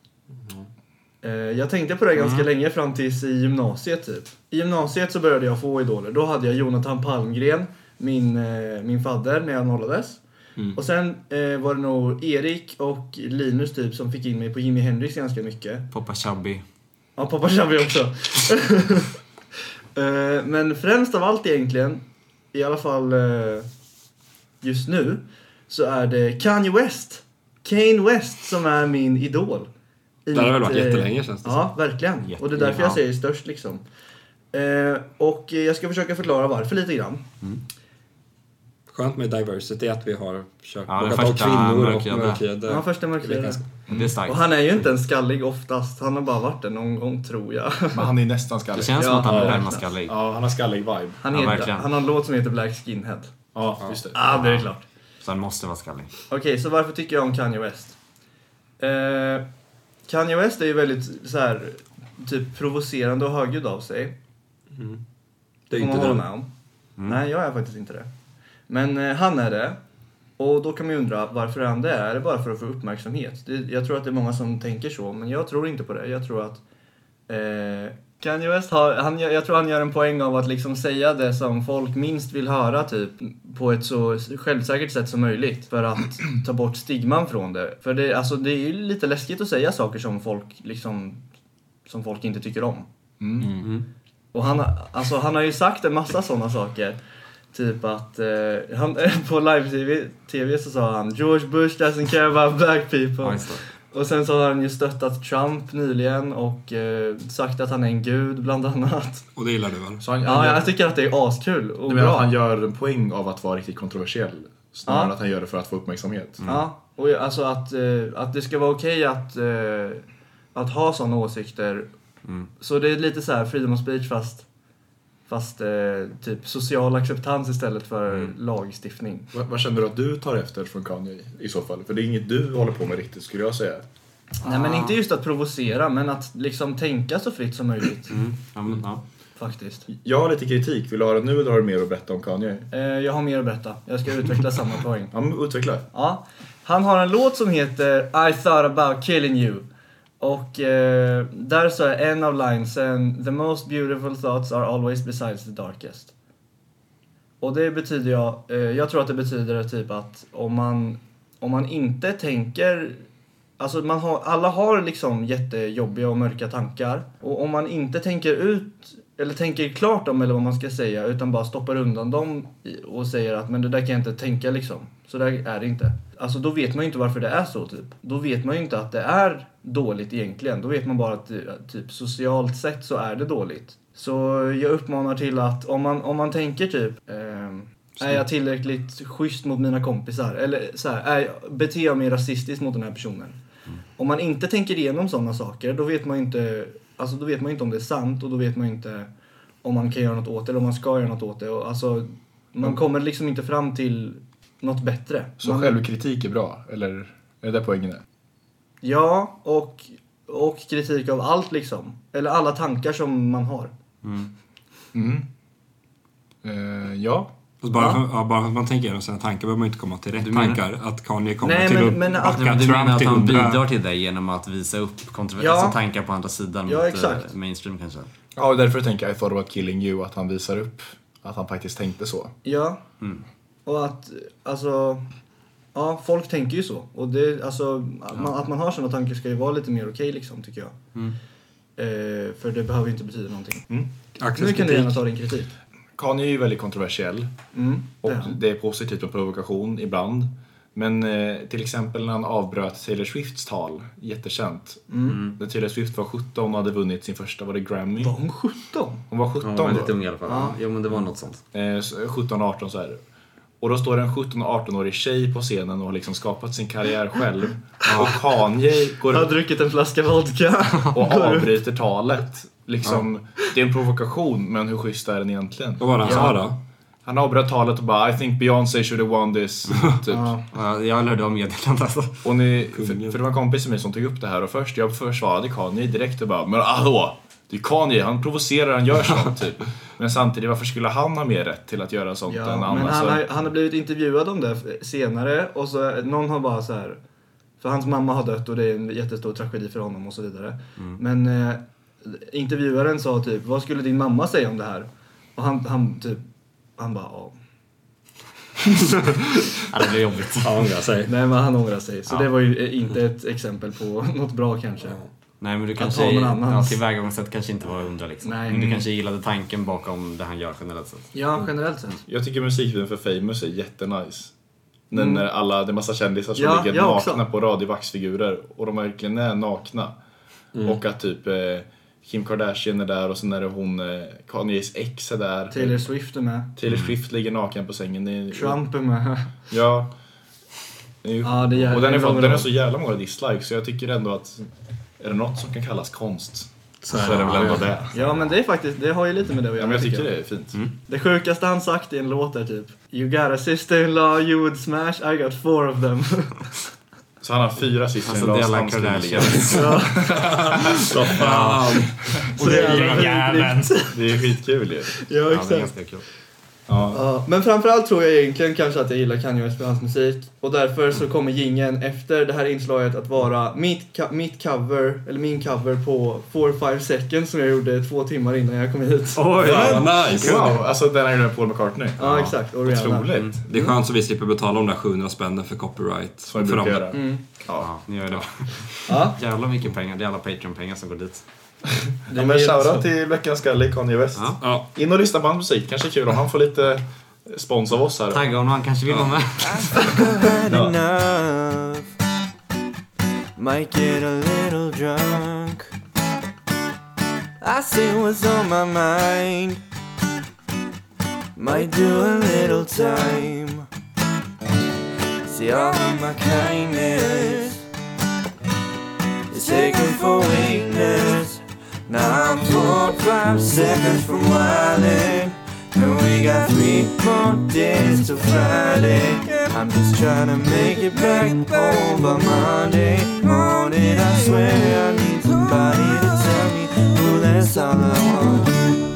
Jag tänkte på det ganska länge fram tills i gymnasiet typ. I gymnasiet så började jag få idoler. Då hade jag Jonathan Palmgren, min fadder, när jag nollades. Och sen var det nog Erik och Linus typ som fick in mig på Jimi Hendrix ganska mycket. Poppa Chubby. Ja, pappa Chubby också. Men främst av allt egentligen, i alla fall just nu, så är det Kanye West som är min idol. Det har väl varit jättelänge känns det. Ja, verkligen. Och det är därför jag säger störst liksom. Och jag ska försöka förklara varför lite grann. Skönt med diversity att vi har försökt plocka av kvinnor och mörkhyade. Ja, första mörkhyade. Det är starkt. Och han är ju inte en skallig oftast. Han har bara varit det någon gång, tror jag. Men han är nästan skallig. Det känns som att han är närmast skallig. Ja, han har skallig vibe. Han har en låt som heter Black Skinhead. Ja, just det. Ja, det är klart. Så han måste vara skallig. Okej, så varför tycker jag om Kanye West? Kanye West är ju väldigt så här, typ provocerande och högljudd av sig. Det är får man inte hålla det. med om. Nej, jag är faktiskt inte det. Men han är det. Och då kan man ju undra, varför är han det? Är det bara för att få uppmärksamhet? Jag tror att det är många som tänker så, men jag tror inte på det. Jag tror att Kanye West jag tror han gör en poäng av att liksom säga det som folk minst vill höra typ på ett så självsäkert sätt som möjligt för att ta bort stigman från det. För det är ju lite läskigt att säga saker som folk inte tycker om. Och han har ju sagt en massa sådana saker. Typ att på live-tv så sa han George Bush doesn't care about black people. Och sen så har han ju stöttat Trump nyligen och sagt att han är en gud bland annat. Och det gillar du väl? Så jag tycker att det är askul och bra. Han gör en poäng av att vara riktigt kontroversiell. Snarare än att han gör det för att få uppmärksamhet. Ja, och alltså att det ska vara okej att ha sådana åsikter. Så det är lite så här freedom of speech fast typ social acceptans istället för lagstiftning. Vad känner du att du tar efter från Kanye i så fall? För det är inget du håller på med riktigt, skulle jag säga. Nej, men inte just att provocera, men att liksom tänka så fritt som möjligt. Faktiskt. Jag har lite kritik. Vill du höra nu eller har du mer att berätta om Kanye? Jag har mer att berätta. Jag ska utveckla samma poäng. Ja, men utveckla. Ja. Han har en låt som heter I thought about killing you. Och där så är en av linesen The most beautiful thoughts are always besides the darkest. Och det betyder jag tror att det betyder typ att om man inte tänker, alltså alla har liksom jättejobbiga och mörka tankar, och om man inte tänker ut eller tänker klart om eller vad man ska säga utan bara stoppar undan dem och säger att men det där kan jag inte tänka liksom. Så där är det inte. Alltså då vet man ju inte varför det är så typ. Då vet man ju inte att det är dåligt egentligen. Då vet man bara att typ socialt sett så är det dåligt. Så jag uppmanar till att om man tänker typ är jag tillräckligt schysst mot mina kompisar eller så här, beter jag mig rasistiskt mot den här personen. Om man inte tänker igenom sådana saker, då vet man inte om det är sant, och då vet man inte om man kan göra något åt det eller om man ska göra något åt det. Och alltså man kommer liksom inte fram till något bättre. Så självkritik är bra, eller är det poängen är? Ja, och kritik av allt liksom. Eller alla tankar som man har. Ja. Bara för att man tänker igenom sina tankar behöver man inte komma till rätt tankar. Att Kanye kommer till att backa du menar Trump att till han 100. bidrar till det genom att visa upp alltså tankar på andra sidan mot mainstream kanske? Ja, och därför tänker jag I thought about killing you, att han visar upp att han faktiskt tänkte så. Ja, och att alltså ja, folk tänker ju så. Och det, alltså, att man har sådana tankar ska ju vara lite mer okej liksom, tycker jag. För det behöver ju inte betyda någonting. Nu kan du gärna ta din kritik. Kanye är ju väldigt kontroversiell. Och det är positivt med provokation ibland. Men till exempel när han avbröt Taylor Swifts tal, jättekänt. När Taylor Swift var 17 och hade vunnit sin första, var det Grammy? Var hon 17? Hon var 17 då. Hon var lite ung i alla fall. Ja, men det var något sånt. 17-18 så här. Och då står en 17-18-årig tjej på scenen och har liksom skapat sin karriär själv. Och Kanye har druckit en flaska vodka och avbryter talet. Liksom, det är en provokation, men hur schysst är den egentligen? Vad var det han sa då? Han avbröt talet och bara I think Beyoncé should have won this. Typ. Jag hörde om meddelandet alltså. Och för det var en kompis som mig som tog upp det här. Och först jag försvarade Kanye direkt och bara, men det är Kanye, han provocerar, han gör sånt typ. Men samtidigt, varför skulle han ha mer rätt till att göra sånt än andra? Men han har blivit intervjuad om det senare. Och så någon har bara så här, för hans mamma har dött och det är en jättestor tragedi för honom och så vidare. Men intervjuaren sa typ, vad skulle din mamma säga om det här? Och han bara, det blir jobbigt. Han ångrar sig. Nej, men han ångrar sig. Så det var ju inte ett exempel på något bra kanske. Nej, men du kanske tillvägagångssätt kanske inte var 100 liksom. Nej. Men du kanske gillade tanken bakom det han gör generellt sett. Ja, generellt sett. Jag tycker musikvideon för Famous är jättenice. När det är massa kändisar som ligger nakna också på radiovaxfigurer och de verkligen är nakna. Och att typ Kim Kardashian är där och sen är det hon Kanye's ex är där. Taylor Swift är med. Taylor Swift ligger naken på sängen. Trump är med. Ja. Ja, det är och den är så jävla många dislikes så jag tycker ändå att är det något som kan kallas konst så är det väl ändå det. Ja, men det är faktiskt, det har ju lite med det att göra. Ja, men jag tycker det är fint. Det sjukaste han sagt i en låt är typ You got a sister-in-law you would smash, I got 4 of them. Så han har 4 sister-in-laws. Alltså, det är alla Kardashian. Så fan. Och det är jäveln. Det är skitkul ju. Ja, exakt. Det är ganska kul. Ja, men framförallt tror jag egentligen kanske att jag gillar Kanye West för hans musik. Och därför så kommer jingeln efter det här inslaget att vara min cover på 4-5 seconds som jag gjorde 2 timmar innan jag kom hit. Oj, nice! Wow, alltså den är Paul McCartney. Ja, exakt. Och otroligt. Det är skönt så vi slipper betala de där 700 spännen för copyright. Så vi brukar göra. Ja, ni gör det. Ja. Jävlar mycket pengar. Det är alla Patreon-pengar som går dit. Ja, men shoutout till veckans skalle Kanye West. Ja. In och lyssna på hans musik. Kanske kul om han får lite spons av oss här. Tagga honom, han kanske vill vara med. Might get a little drunk. I see what's on my mind. Might do a little time. See all of my kindness is taken for weakness. Now I'm 4-5 seconds from wilding, and we got 3 more days till Friday. I'm just trying to make it back home by Monday morning. I swear I need somebody to tell me, oh, that's all I want.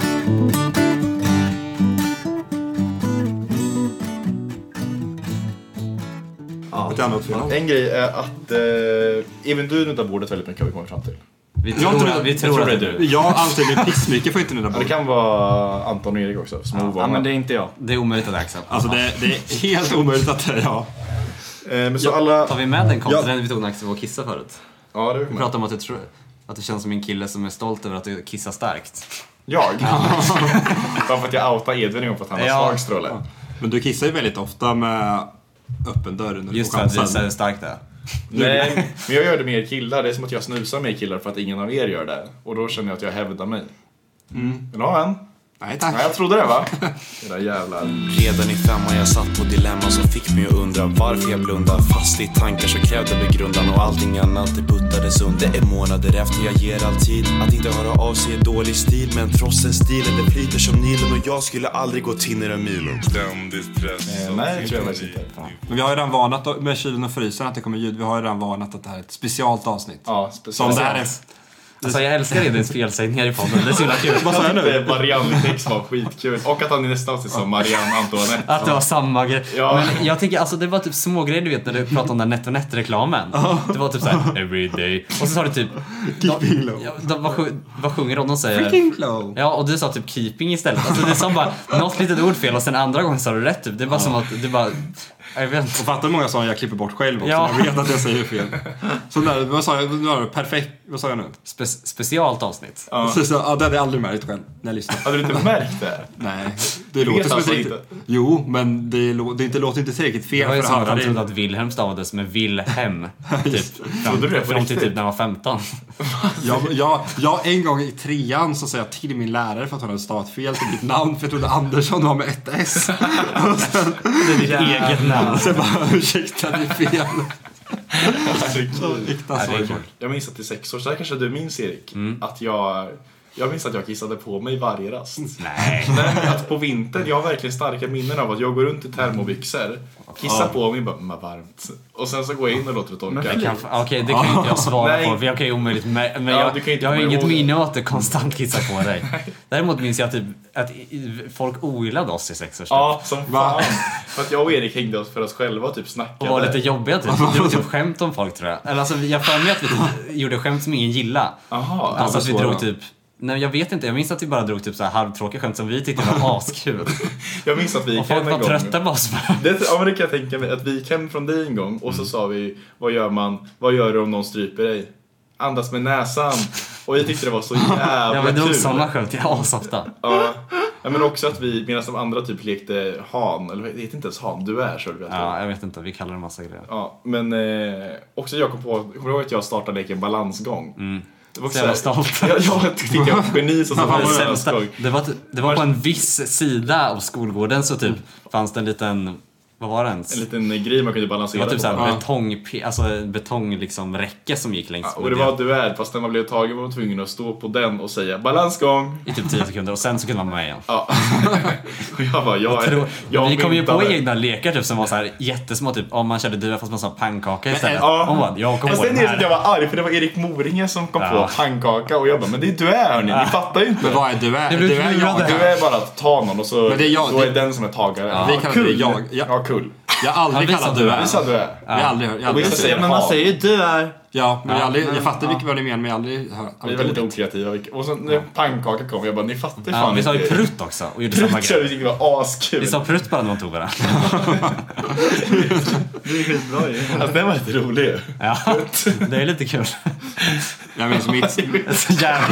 En grej är att även du nuttar bordet väldigt mycket har vi kommit fram till. Vi tror att det är du. Jag anser det pissmycket för inte nuttar bordet. Det kan vara Anton och Erik också som är ovana. Ja, men det är inte jag. Det är omöjligt att acceptera. Alltså det är helt omöjligt att jag. Men så alla... Tar vi med den konten vi tog när Axel var och kissa förut? Ja, det är vi pratar om att du känns som en kille som är stolt över att du kissar starkt. Jag? Bara för att jag outar Edvin en gång för att han har svag stråle. Men du kissar ju väldigt ofta med öppen dörr. Just för att visa hur starkt det är. Nej, men jag gör det med er killar. Det är som att jag snusar med killar för att ingen av er gör det. Och då känner jag att jag hävdar mig. Vill du ha en? Nej tack. Nej, jag trodde det va? Det där jävlar. Redan i 5:an jag satt på dilemma som fick mig att undra varför jag blundar. Fast i tankar så krävde begrundan och allting annat det puttades under. Det är månader efter jag ger all tid. Att inte höra av sig är dålig stil. Men trots en stilen det flyter som Nilen. Och jag skulle aldrig gå till den milen. Ständigt press. Nej, tror jag faktiskt inte. Men vi har ju redan varnat med kylen och frysen att det kommer ljud. Vi har ju redan varnat att det här är ett specialt avsnitt. Ja, som det här är. Alltså jag älskar Edins felsägningar i podden. Det är så himla kul. Vad sa jag nu? Marianne Text var skitkul. Och att han i nästa avsnitt som Marianne Antoinette. Att det var samma grej. Ja. Men jag tycker alltså det var typ små grejer du vet när du pratade om den NetOnNet-reklamen. Det var typ såhär everyday. Och så sa du typ keeping low. Vad sjunger de? De säger freaking low. Ja, och du sa typ keeping istället. Alltså det är som bara något litet ordfel och sen andra gången sa du rätt typ. Det var som att det bara jag vet inte. Och fattar hur många sådana jag klipper bort själv också. Ja. Jag vet att jag säger fel. Så där, vad sa jag? Nu perfekt. Vad sa jag nu? Specialt avsnitt. Ja. Så, det hade jag aldrig märkt själv när jag lyssnade. Hade du inte märkt det? Nej. Det låter som inte. Jo, men det låter inte tillräckligt fel för att höra det. Jag trodde det. att Wilhelm stavades med Wilhelm. Typ. Fram till typ när jag var 15. Jag en gång i 3:an så sa jag till min lärare för att hon hade stavat fel till mitt namn. För jag trodde Andersson var med ett S. Och sen, det är ditt eget namn. Sen bara, ursäkta, det är fel. Jag minns att i 6 år, så här kanske du minns Erik, att jag minns att jag kissade på mig varje rast. Nej. Att på vintern, jag har verkligen starka minnen av att jag går runt i termobyxor, kissar på mig bara varmt. Och sen så går jag in och låter det torka. Okej, det kan inte jag svara på, för jag kan ju omöjligt. Men jag har inget minne av att du konstant kissar på dig. Däremot minns jag typ att folk ogillade oss i 6 år. Ja, som fan. För att jag och Erik hängde oss för oss själva och typ snackade. Och var lite jobbiga typ. Vi drog typ skämt om folk tror jag. Eller alltså jag för mig att vi gjorde skämt som ingen gillade. Aha, alltså att vi drog typ. Nej, jag vet inte. Jag minns att vi bara drog typ så här halvtråkiga skämt som vi tyckte var askul. Jag minns att vi gick hem en gång. Och folk var trötta på oss. Ja, men det kan jag tänka mig. Att vi gick hem från dig en gång och så sa vi, vad gör du om någon stryper dig? andas med näsan. Och jag tyckte det var så jävla ja, men det var kul. sådana skämt, jag asofta. Ja, men också att vi, medan de andra typ lekte han, eller det heter inte ens han, du är så du vet. Ja, jag vet inte, vi kallar det massa grejer. Ja, men också jag kommer ihåg att jag startade leken balansgång. Det var också så jag var stolt. Jag tyckte jag var geni som balansgång. Det var på en viss sida av skolgården så typ fanns det en liten, vad var det ens? En liten grej man kunde balansera. Det var typ betong liksom räcke som gick längs. Och det var duell, fast när man blev tagen var man tvungen att stå på den och säga balansgång i typ 10 sekunder och sen så kunde man vara med igen. Ja. Och jag bara, vi kom ju på egna lekar typ som var så här jättesmå typ om man körde duell fast man sa pannkaka istället. Jag kom på den här. Jag var arg för det var Erik Moringe som kom på pannkaka och jag bara, men det är duell hörni, ni fattar ju inte. Men vad är duell? Du är bara att ta någon och så då är den som är tagare. Vi kallar det jag. Ja, kul. Jag har aldrig kallat du är. Vissa du är. Jag har aldrig hört. Men man säger ju du är. Ja, men jag fattar vilket vad ni menar, men jag aldrig hört. Vi var lite okreativa. Och sen när pannkaka kom, jag bara, ni fattar fan vi sa ju prutt också och gjorde samma grej. Vi tyckte det var askul. Vi sa prutt bara när man tog varandra. Det är skitbra ju. Alltså den var lite rolig. Ja, det är lite kul. Jag minns mitt. Så jävla.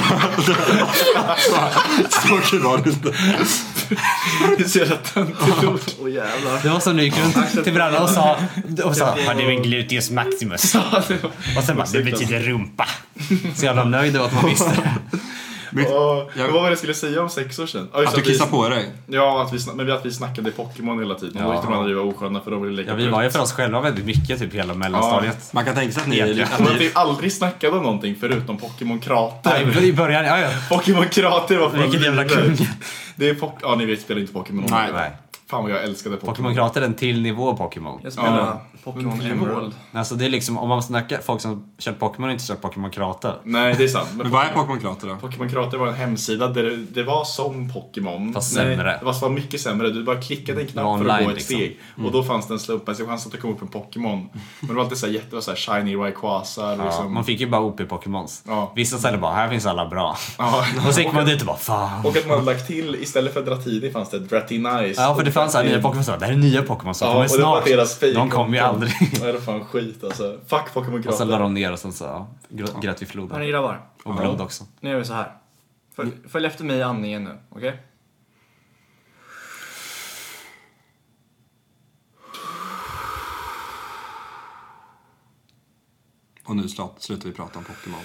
Så kul var det inte. Det är så jävla töntigt. Åh jävlar. Det var så ny runt till varandra och sa har du en gluteus maximus? Och sen bara, det betyder rumpa. Så jävla nöjd var att man visste det. Vad var det jag skulle säga om 6 år sedan? Att du kissade på dig? Ja, att vi snackade Pokémon hela tiden. Och inte man att vi var osköna för de ville leka. Ja, vi var ju för oss själva väldigt mycket typ hela mellanstadiet. Man kan tänka sig att ni att vi aldrig snackade om någonting förutom Pokémon Krater. I början, ja. Pokémon Krater var vilket jävla kung. Det är ni vet, spelar inte Pokémon. Nej. Fan vad jag älskade Pokémon Krater är en till nivå Pokémon. Jag spelar Pokémon Emerald. Alltså det är liksom, om man snackar folk som kör Pokémon och inte kör Pokémon Krater. Nej, det är sant. Men vad är Pokémon Krater då? Pokémon Krater var en hemsida där det var som Pokémon. Fast sämre. Det var mycket sämre. Du bara klickade en knapp för att gå ett steg. Och då fanns det en slumpmässig chans att det kom upp en Pokémon. Men det var alltid så här shiny Rayquaza. Liksom. Man fick ju bara OP-Pokémons. Ja. Vissa ställer bara, här finns alla bra. Ja. Och så gick man dit och bara, fan. Och att man lagt till, istället för Dratini fanns det Dratinice. Ja, för det fanns nya Pokémon. Det här är nya Pokémon som kommer snart. Och det var deras fake. De kommer ju aldrig. Nej, det är fan skit alltså. Fuck Pokémon Krater. Och så la de ner och sen så grät vi floden. Hörni grabbar. Och blod också. Nu gör vi så här. Följ efter mig i andningen nu, okej? Okay? Och nu slutar vi prata om Pokémon.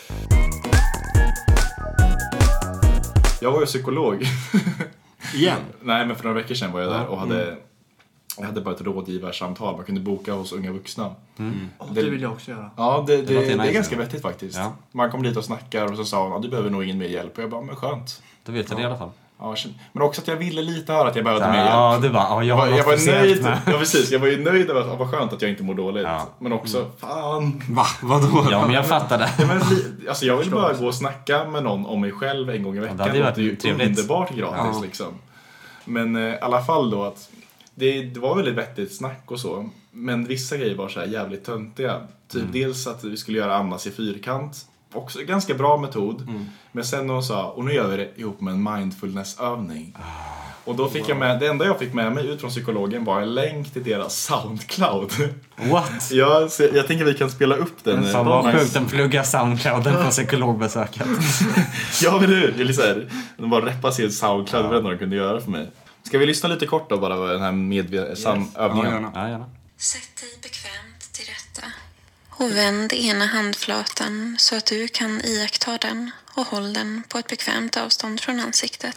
Jag var ju psykolog. Igen? Nej, men för några veckor sedan var jag där och jag hade bara ett rådgivarsamtal. Man kunde boka hos unga vuxna. Det vill jag också göra. Ja, det är ganska vettigt faktiskt. Ja. Man kom dit och snackar och så sa hon, du behöver nog ingen mer hjälp. Och jag bara, men skönt. Då vet jag det i alla fall. Ja, men också att jag ville lite höra att jag behövde mer hjälp. Ja, det var, jag var nöjd. Ja, precis. Jag var ju nöjd över att det var skönt att jag inte mår dåligt. Ja. Men också, fan. Vadå? Ja, men jag fattar det. Ja, men, alltså, jag vill bara gå och snacka med någon om mig själv en gång i veckan. Ja, det är ju underbart gratis liksom. Men i alla fall då att det var väldigt vettigt snack och så. Men vissa grejer var så här jävligt töntiga. Typ dels att vi skulle göra Annas i fyrkant. Också ganska bra metod. Men sen när hon sa, och nu gör vi det ihop med en mindfulnessövning. Och då fick jag med, det enda jag fick med mig ut från psykologen var en länk till deras Soundcloud. What? Ja, så jag tänker vi kan spela upp den. Fan vad sjukt, den pluggar Soundclouden på psykologbesöket. Ja, men det är lite såhär, de bara reppa sin Soundcloud, vad de kunde göra för mig. Ska vi lyssna lite kort då bara på den här övningen? Ja, gärna. Sätt dig bekvämt till rätta. Och vänd ena handflatan så att du kan iaktta den och håll den på ett bekvämt avstånd från ansiktet.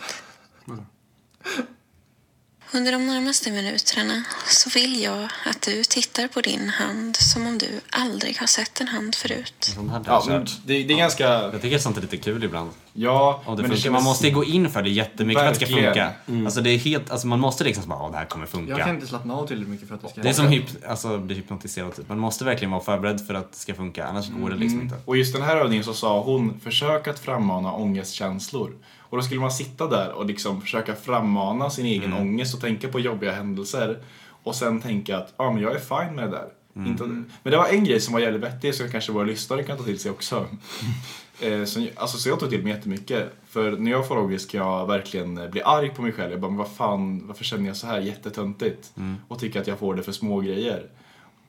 Under de närmaste minuterna så vill jag att du tittar på din hand som om du aldrig har sett en hand förut. Ja, men det är ganska... Jag tycker sånt är lite kul ibland. Ja, men det man måste gå in för det jättemycket för att det ska funka. Alltså det är helt, alltså man måste liksom bara, det här kommer funka. Jag kan inte slappna av tillräckligt mycket för att det ska. Det är som bli hypnotiserad typ. Man måste verkligen vara förberedd för att det ska funka, annars går det liksom inte. Och just den här övningen så sa hon, försök att frammana ångestkänslor. Och då skulle man sitta där och liksom försöka frammana sin egen ångest och tänka på jobbiga händelser. Och sen tänka att men jag är fine med det där. Men det var en grej som var jävligt vettig som kanske våra lyssnare kan ta till sig också. Så jag tog till mig jättemycket. För när jag får ångest kan jag verkligen bli arg på mig själv. Jag bara, men vad fan, varför känner jag så här jättetöntigt? Och tycker att jag får det för små grejer.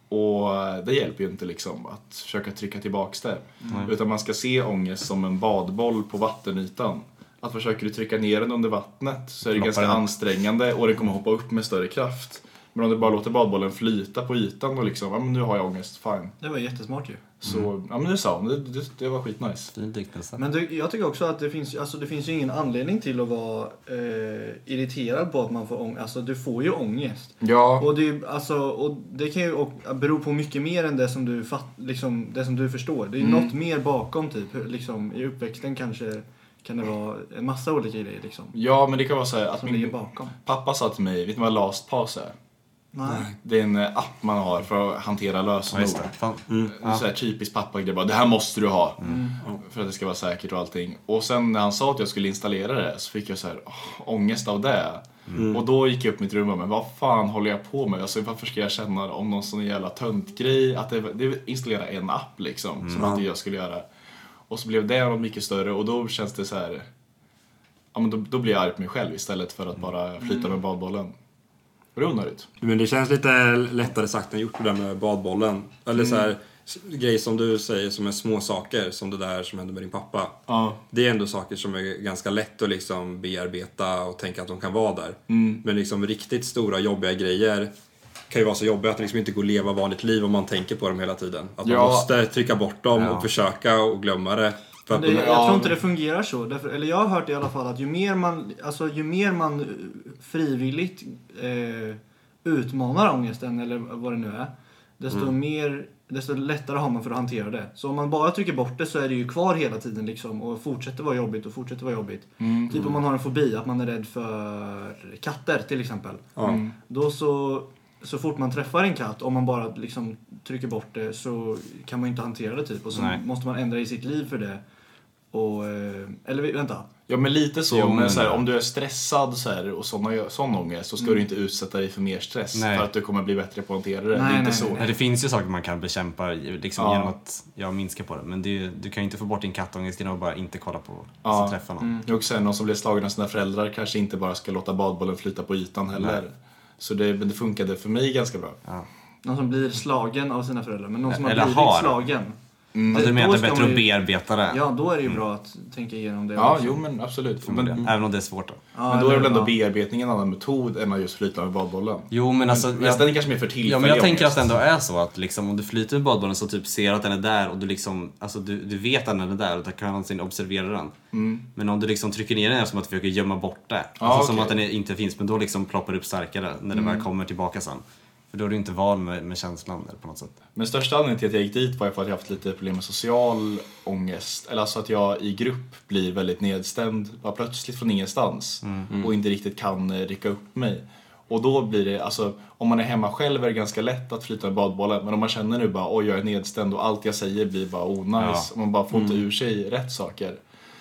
Och det hjälper ju inte liksom att försöka trycka tillbaks det. Utan man ska se ångest som en badboll på vattenytan. Att försöker du trycka ner den under vattnet så är det ganska ansträngande och det kommer hoppa upp med större kraft. Men om du bara låter badbollen flyta på ytan och liksom, ja men nu har jag ångest, fine. Det var jättesmart ju. Så, ja men det var skitnice. Men jag tycker också att det finns ju ingen anledning till att vara irriterad på att man får ångest. Alltså du får ju ångest. Ja. Och det kan ju bero på mycket mer än det som du det som du förstår. Det är något mer bakom typ, liksom i uppväxten kanske kan det vara en massa olika grejer liksom. Ja, men det kan vara så här att min pappa sa till mig, vet ni vad LastPass är? Nej. Det är en app man har för att hantera lösenord. Så här typiskt pappa-grej bara, det här måste du ha. För att det ska vara säkert och allting. Och sen när han sa att jag skulle installera det så fick jag så här ångest av det. Och då gick jag upp i mitt rum och men vad fan håller jag på med? Alltså, varför ska jag känna om någon sån jävla töntgrej? Att det installera en app liksom, som inte jag skulle göra. Och så blev det mycket större och då känns det så här. Ja, men då blir jag arg på mig själv istället för att bara flyta med badbollen. Det är onödigt. Men det känns lite lättare sagt än gjort det där med badbollen. Eller så här grejer som du säger som är små saker, som det där som hände med din pappa. Det är ändå saker som är ganska lätt att liksom bearbeta och tänka att de kan vara där. Men liksom riktigt stora jobbiga grejer kan ju vara så jobbiga att det liksom inte går att leva vanligt liv om man tänker på dem hela tiden. Att man måste trycka bort dem och försöka och glömma det. Jag tror inte det fungerar så. Eller jag har hört i alla fall att ju mer man frivilligt utmanar ångesten eller vad det nu är, desto lättare har man för att hantera det. Så om man bara trycker bort det så är det ju kvar hela tiden liksom, och fortsätter vara jobbigt. Typ om man har en fobi, att man är rädd för katter till exempel. Då så fort man träffar en katt, om man bara liksom trycker bort det, så kan man inte hantera det typ. Och så måste man ändra i sitt liv för det. Och, eller vänta. Ja, men lite så. Men så här, om du är stressad så här, och sån ångest, så ska du inte utsätta dig för mer stress. För att du kommer bli bättre på att hantera det. Det är inte så. Det finns ju saker man kan bekämpa liksom, genom att minska på det. Men du kan ju inte få bort din kattångest genom att bara inte kolla på och träffa någon. Och sen någon som blir slagen av sina föräldrar kanske inte bara ska låta badbollen flyta på ytan heller. Så det funkade för mig ganska bra. Någon som blir slagen av sina föräldrar, men någon som har blivit slagen. Alltså, du menar att det är bättre att bearbeta det? Ja, då är det ju bra att tänka igenom det. Ja, jo men absolut. Även om det är svårt då. Men då är det väl ändå bearbetning en annan metod än att just flyta med badbollen. Jo, men alltså... den är kanske mer för tillfällig. Ja, men jag tänker att det ändå är så att liksom, om du flyter med badbollen så typ ser att den är där och du liksom... Alltså du vet att den är där och du kan alltså observera den. Men om du liksom trycker ner den är som att du försöker gömma bort det. Alltså som att den inte finns, men då liksom ploppar upp starkare när den väl kommer tillbaka sen. För då är du inte van med känslan där på något sätt. Men största anledningen till att jag gick dit var för att jag haft lite problem med social ångest. Eller alltså att jag i grupp blir väldigt nedstämd bara plötsligt från ingenstans. Och inte riktigt kan rycka upp mig. Och då blir det, alltså om man är hemma själv är det ganska lätt att flyta med badbollen. Men om man känner nu bara, oj jag är nedstämd och allt jag säger blir bara onajs. Och man bara får inte ur sig rätt saker.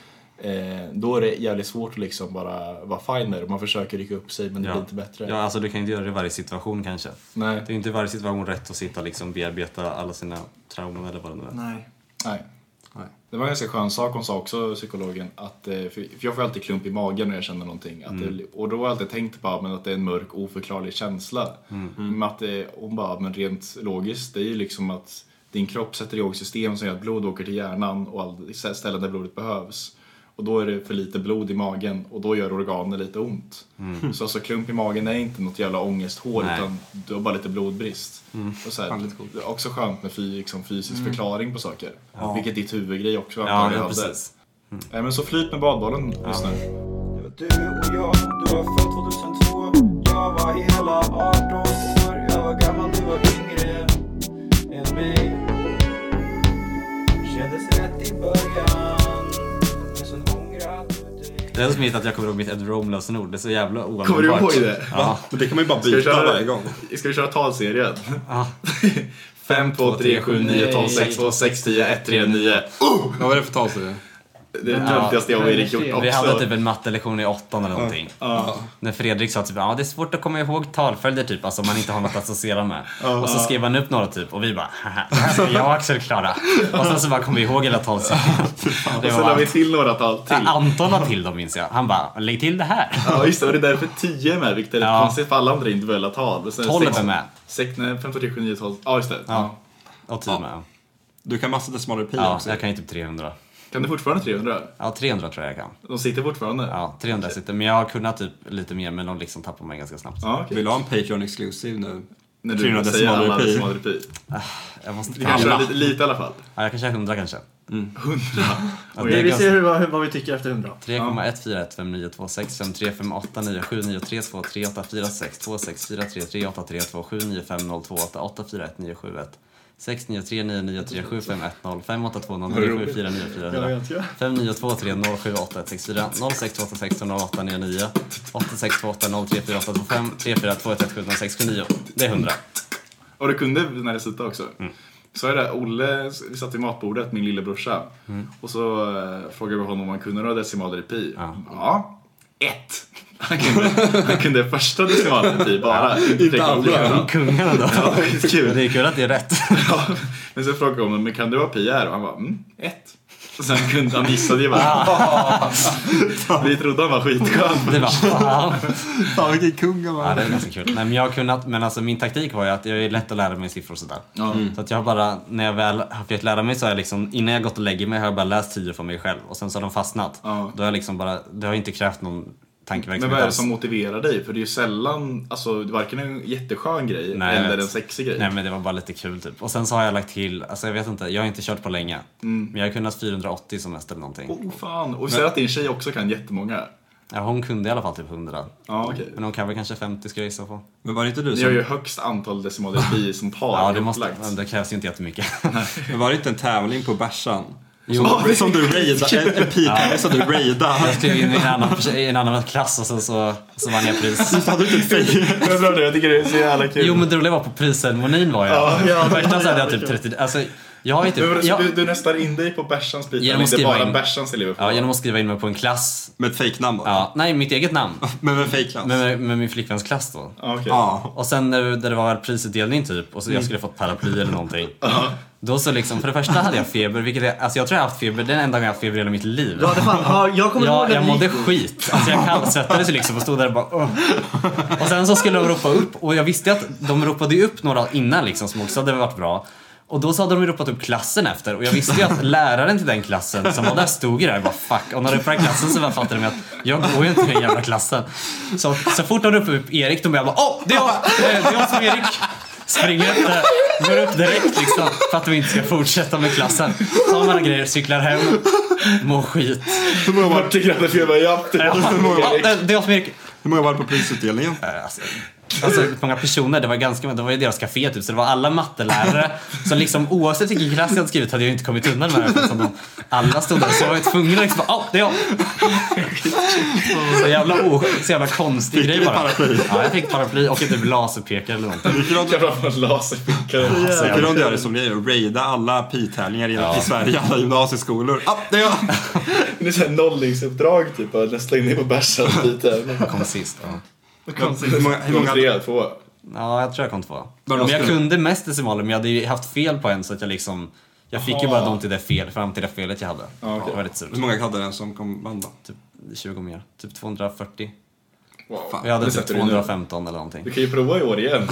Då är det jävligt svårt att liksom bara vara fine med det. Man försöker rycka upp sig men det blir inte bättre. Ja, alltså du kan inte göra det i varje situation kanske. Nej. Det är inte i varje situation rätt att sitta och liksom bearbeta alla sina trauman eller vad det nu är. Nej. Det var en ganska skön sak hon sa också, psykologen, att, för jag får alltid klump i magen när jag känner någonting. Och då har jag alltid tänkt på att det är en mörk, oförklarlig känsla. Men att hon bara, men rent logiskt, det är ju liksom att din kropp sätter igång system som gör att blod åker till hjärnan och alla ställen där blodet behövs. Och då är det för lite blod i magen och då gör organen lite ont. Så alltså klump i magen är inte något jävla ångesthål utan du har bara lite blodbrist. Och så här, det är också skönt med fysisk förklaring på saker. Vilket ditt huvudgrej också precis. Men så flyt med badbollen just nu. Det var du och jag, du var född 2002. Jag var hela 18 år. Jag var gammal, du var yngre än mig. Kändes rätt i början. Det är som att jag kommer ihåg mitt Ed Rome-lösenord. Det är så jävla oanvändbart. Kommer du ihåg det? Ja. Det kan man ju bara byta varje gång. Ska vi köra talserien? 5, 2, 3, 7, 9, 12, 6, 2, 6, 10, 1, 3, 9. Vad var det för talserie? Det är det töntigaste jag och Erik gjort också. Vi hade typ en mattelektion i 8 eller någonting. När Fredrik sa typ, det är svårt att komma ihåg talföljder typ, alltså om man inte har något att associera med. Och så skrev han upp några typ, och vi bara, det här ska jag och Axel klara. Och sen så bara kom vi ihåg hela talserien. Och så la vi till några tal till. Anton la till dem, minns jag. Han bara, lägg till det här. Ja just det, och det är därför 10 är med, vilket är ett konstigt för alla andra individuella tal. 12 är med. 5, 3, 7, 9, 12. Ja just det. Och 10 med. Du kan massa decimaler pi också. Jag kan ju typ 300. Kan du fortfarande 300? Ja, 300 tror jag kan. De sitter fortfarande? Ja, 300 sitter. Men jag har kunnat typ lite mer, men de liksom tappar mig ganska snabbt. Ja, okay. Vill du ha en Patreon exclusive nu? När du 300 decimaler pi. Jag måste kanske lite i alla fall. Ja, jag kanske 100 kanske. 100? Vi ser vad vi tycker efter 100. 3,1415926535849726384395328395028841971 6939937510582097494 592307864 0628160899 8628034825 342171769. Det är 100. Och det kunde när det slutade också. Så är det, Olle, vi satt i matbordet, min lillebrorsa. Och så frågade vi honom om han kunde några decimaler i pi. Ja, 1. Han kunde första decimalen i pi bara. Inte alla. Kungarna då. Ja, det är kul. Det är kul att det är rätt. Ja, men så frågade jag honom, men kan du ha pi här? Och han bara, 1. Och sen kunde han gissade ju bara. Vi trodde han var skitskön. Det var fan vilken kung han var. Ja, det är ganska kul. Nej, men jag har kunnat, men alltså min taktik var ju att jag är lätt att lära mig siffror och sådär. Så att jag har bara, när jag väl har försökt lära mig så har jag liksom, innan jag gått och lägger mig har jag bara läst 10 för mig själv. Och sen så har de fastnat. Då har jag liksom bara, det har inte krävt någon tankeverksamhet. Men vad är det som motiverar dig? För det är ju sällan, alltså varken en jätteskön grej eller en sexig grej. Nej, men det var bara lite kul typ. Och sen så har jag lagt till, alltså jag vet inte, jag har inte kört på länge. Men jag har kunnat 480 som mest eller någonting. Fan, och så är att din tjej också kan jättemånga. Ja, hon kunde i alla fall typ 100. Ja, okej. Men hon kan väl kanske 50 ska jag gissa på. Men var det inte du som... Ni har ju högst antal decimaler pi som par. Ja, det krävs ju inte jättemycket. Men var det inte en tävling på bärsan? Som du raidade, en pi-tävling som du raidade. Jag skrev in i en annan klass och så vann jag pris. Så hade du inte fej. Jag tycker det är så jävla kul. Jo, men det roliga var på prisceremonin var jag. Första så hade jag typ 30, alltså jag har inte, du nästar in dig på bärsans bit, inte bara bärsans elever på. Ja, genom att skriva in mig på en klass. Med ett fake-namn? Ja, nej, mitt eget namn. Men med fake-klass? Med min flickväns klass då. Okay. Och sen när det var prisutdelning typ, och så jag skulle fått paraply eller någonting. Då så liksom, för det första hade jag feber, vilket är, alltså jag tror jag har haft feber, det är den enda gången jag har haft feber i hela mitt liv. Ja, det fan, jag mådde skit. Alltså jag kallsvettades liksom och stod där och bara Och sen så skulle de ropa upp, och jag visste att de ropade ju upp några innan liksom som också hade varit bra. Och då så hade de ju ropat upp klassen efter. Och jag visste ju att läraren till den klassen som var där stod där och bara fuck. Och när de ropade klassen så fattade de att jag går ju inte i den jävla klassen. Så fort de ropade upp Erik, de bara det är jag som Erik. Springer efter, går upp direkt liksom, för att vi inte ska fortsätta med klassen. Så man grejer, cyklar hem, mår skit. Hur många var det? Det är jag som Erik. Hur många var det på prisutdelningen? Alltså många personer, det var ju deras café typ, så det var alla mattelärare som liksom oavsett vilken klass jag hade skrivit hade jag inte kommit undan med det, som alla stod där, så jag var tvungen att liksom, det är jag. Så jävla konstig grej bara. Paraply. Ja, jag fick paraply och typ laserpekare eller någonting. Hur kan de göra det som grej? Raida alla pi-tävlingar i Sverige, alla gymnasieskolor. Det är jag. Det är så här nollningsuppdrag typ, att nästa in på bärsan pi-tävling. Jag kom sist, Hur många 3, 2? Ja, jag tror jag kom 2. Men jag kunde mest decimaler, men jag hade ju haft fel på en, så att jag liksom, jag fick ju bara dem till det fel, fram till det felet jag hade. Det var lite surt. Hur många hade den som kom vann då? Typ 20 mer, typ 240. Wow. Jag hade typ 215 eller någonting. Du kan ju prova i år igen.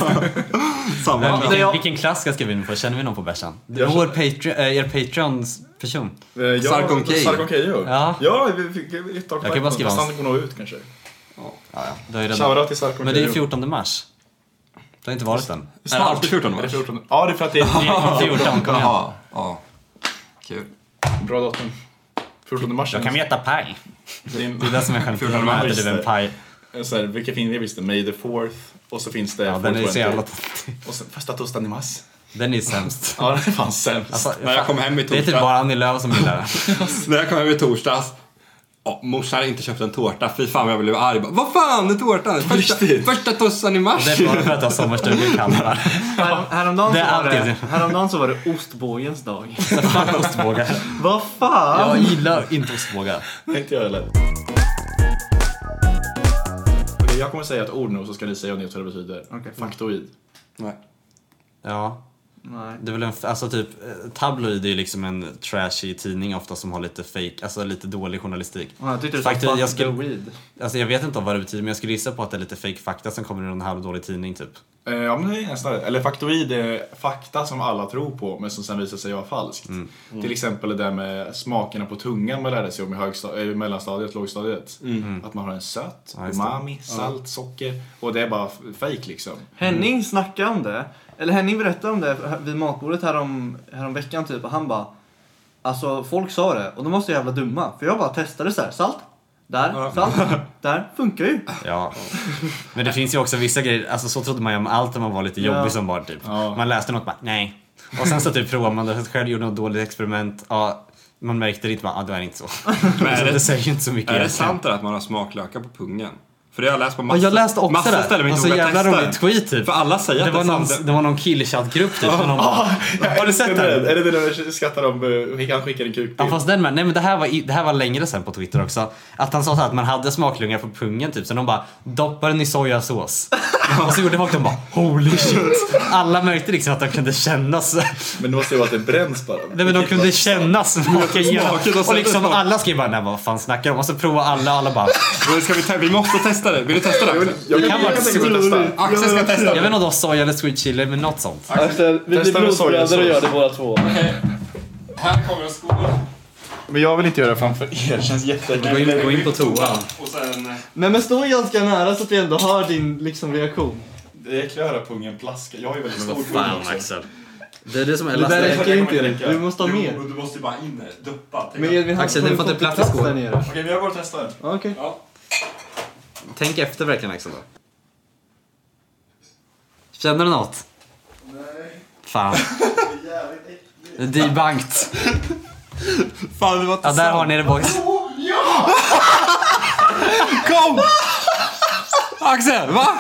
Vilken klass ska jag skriva in på? Känner vi någon på bärsan? Er Patreons person. Sarkon Keyyo. Ja, vi fick ett tag. Jag kan bara skriva han går nog ut kanske. Shoutout till Sarkon. Men det är 14 mars. Det har inte varit än. Är det alltid 14 mars? Ja, det är för att det är 14, kom igen. Ja. Kul. Bra datum. 14 mars. Jag kan veta paj. Det är det som är skönt. 14 mars äter du en paj. Så här, vilka finns det? Visst, May the 4th. Och så finns det... Ja, den är så jävla... Och så första torsdagen i mars. Den är sämst. Ja, den är fan sämst. När jag kom hem i torsdags... Det är typ bara Annie Lööf som gillar det. När jag kom hem i torsdags, morsan hade inte köpt en tårta. Fy fan jag blev arg. Vad fan är tårtan? Första tossan i mars. Det var för att ha sommarstuga i Kalmar. Häromdagen så var det ostbågens dag. Fan ostbågar. Vad fan? Jag gillar inte ostbågar. Inte jag heller. Okej, jag kommer säga ett ord nu så ska ni säga om ni vet vad det betyder. Okay. Faktoid. Nej. Ja. Nej. Det är väl alltså typ tabloid är ju liksom en trashy tidning ofta som har lite fake, alltså lite dålig journalistik. Jag tyckte jag vet inte vad det betyder, men jag skulle gissa på att det är lite fake fakta som kommer i en halvdålig tidning typ. Ja, men det är nästan. Eller faktoid är fakta som alla tror på men som sen visar sig vara falskt. Till exempel det där med smakerna på tungan man lärde sig om i mellanstadiet, lågstadiet. Att man har en söt, umami, salt, socker och det är bara fake liksom. Henning snackade om det. Eller Henning berättade om det vid matbordet härom veckan typ och han bara alltså folk sa det och de var så jävla dumma för jag bara testade så här, salt där, salt där, funkar ju. Ja. Men det finns ju också vissa grejer, alltså så trodde man ju om allt när man var lite jobbig som barn typ. Man läste något bara, nej. Och sen så typ provade man det själv, gjorde något dåligt experiment. Ja, man märkte det inte bara, det är inte så. Men det säger ju inte så mycket. Är det sant att man har smaklökar på pungen? För det har jag läst på jag läste också massa ställen. Och så jävla roligt tweet typ. För alla säger det var någon killchattgrupp typ. Har du sett det? Är det när de skrattar om han skickar en kuk? Ja fast nej men det här var längre sen på Twitter också. Att han sa så att man hade smaklungar på pungen typ. Så de bara doppade den i sojasås. Och så gjorde folk de bara holy shit. Alla märkte liksom att de kunde kännas. Men det måste ju vara att det bränns bara. Nej men de kunde kännas smaka igenom. Och liksom alla skrev bara nej vad fan snackar de? Och så provade alla bara. Vi måste testa det. Vill du testa det? Jag kan testa. Axel ska testa. Jag vet inte om soja eller sweet chili men något sånt. Axel, vi blir blodbröder och gör det båda två. Här kommer en skola. Men jag vill inte göra det framför er. Det känns jätteäckligt. Gå in på toan. Men stå ganska nära så att vi ändå hör din liksom reaktion. Det är äckligt att höra pungen plaska. Jag är väldigt stor pung också. Axel. Det är det som är det räcker inte. Du måste ha mer. Du måste bara in där. Duppa. Men Axel, det får inte plats i skålen. Okej, vi har bara testat. Okej. Ja. Tänk efter verkligen Axel då. Känner du något? Nej. Fan. Det är debunked. Fan, det var inte ja, där har ni det boys. Ja! Kom! Axel, va?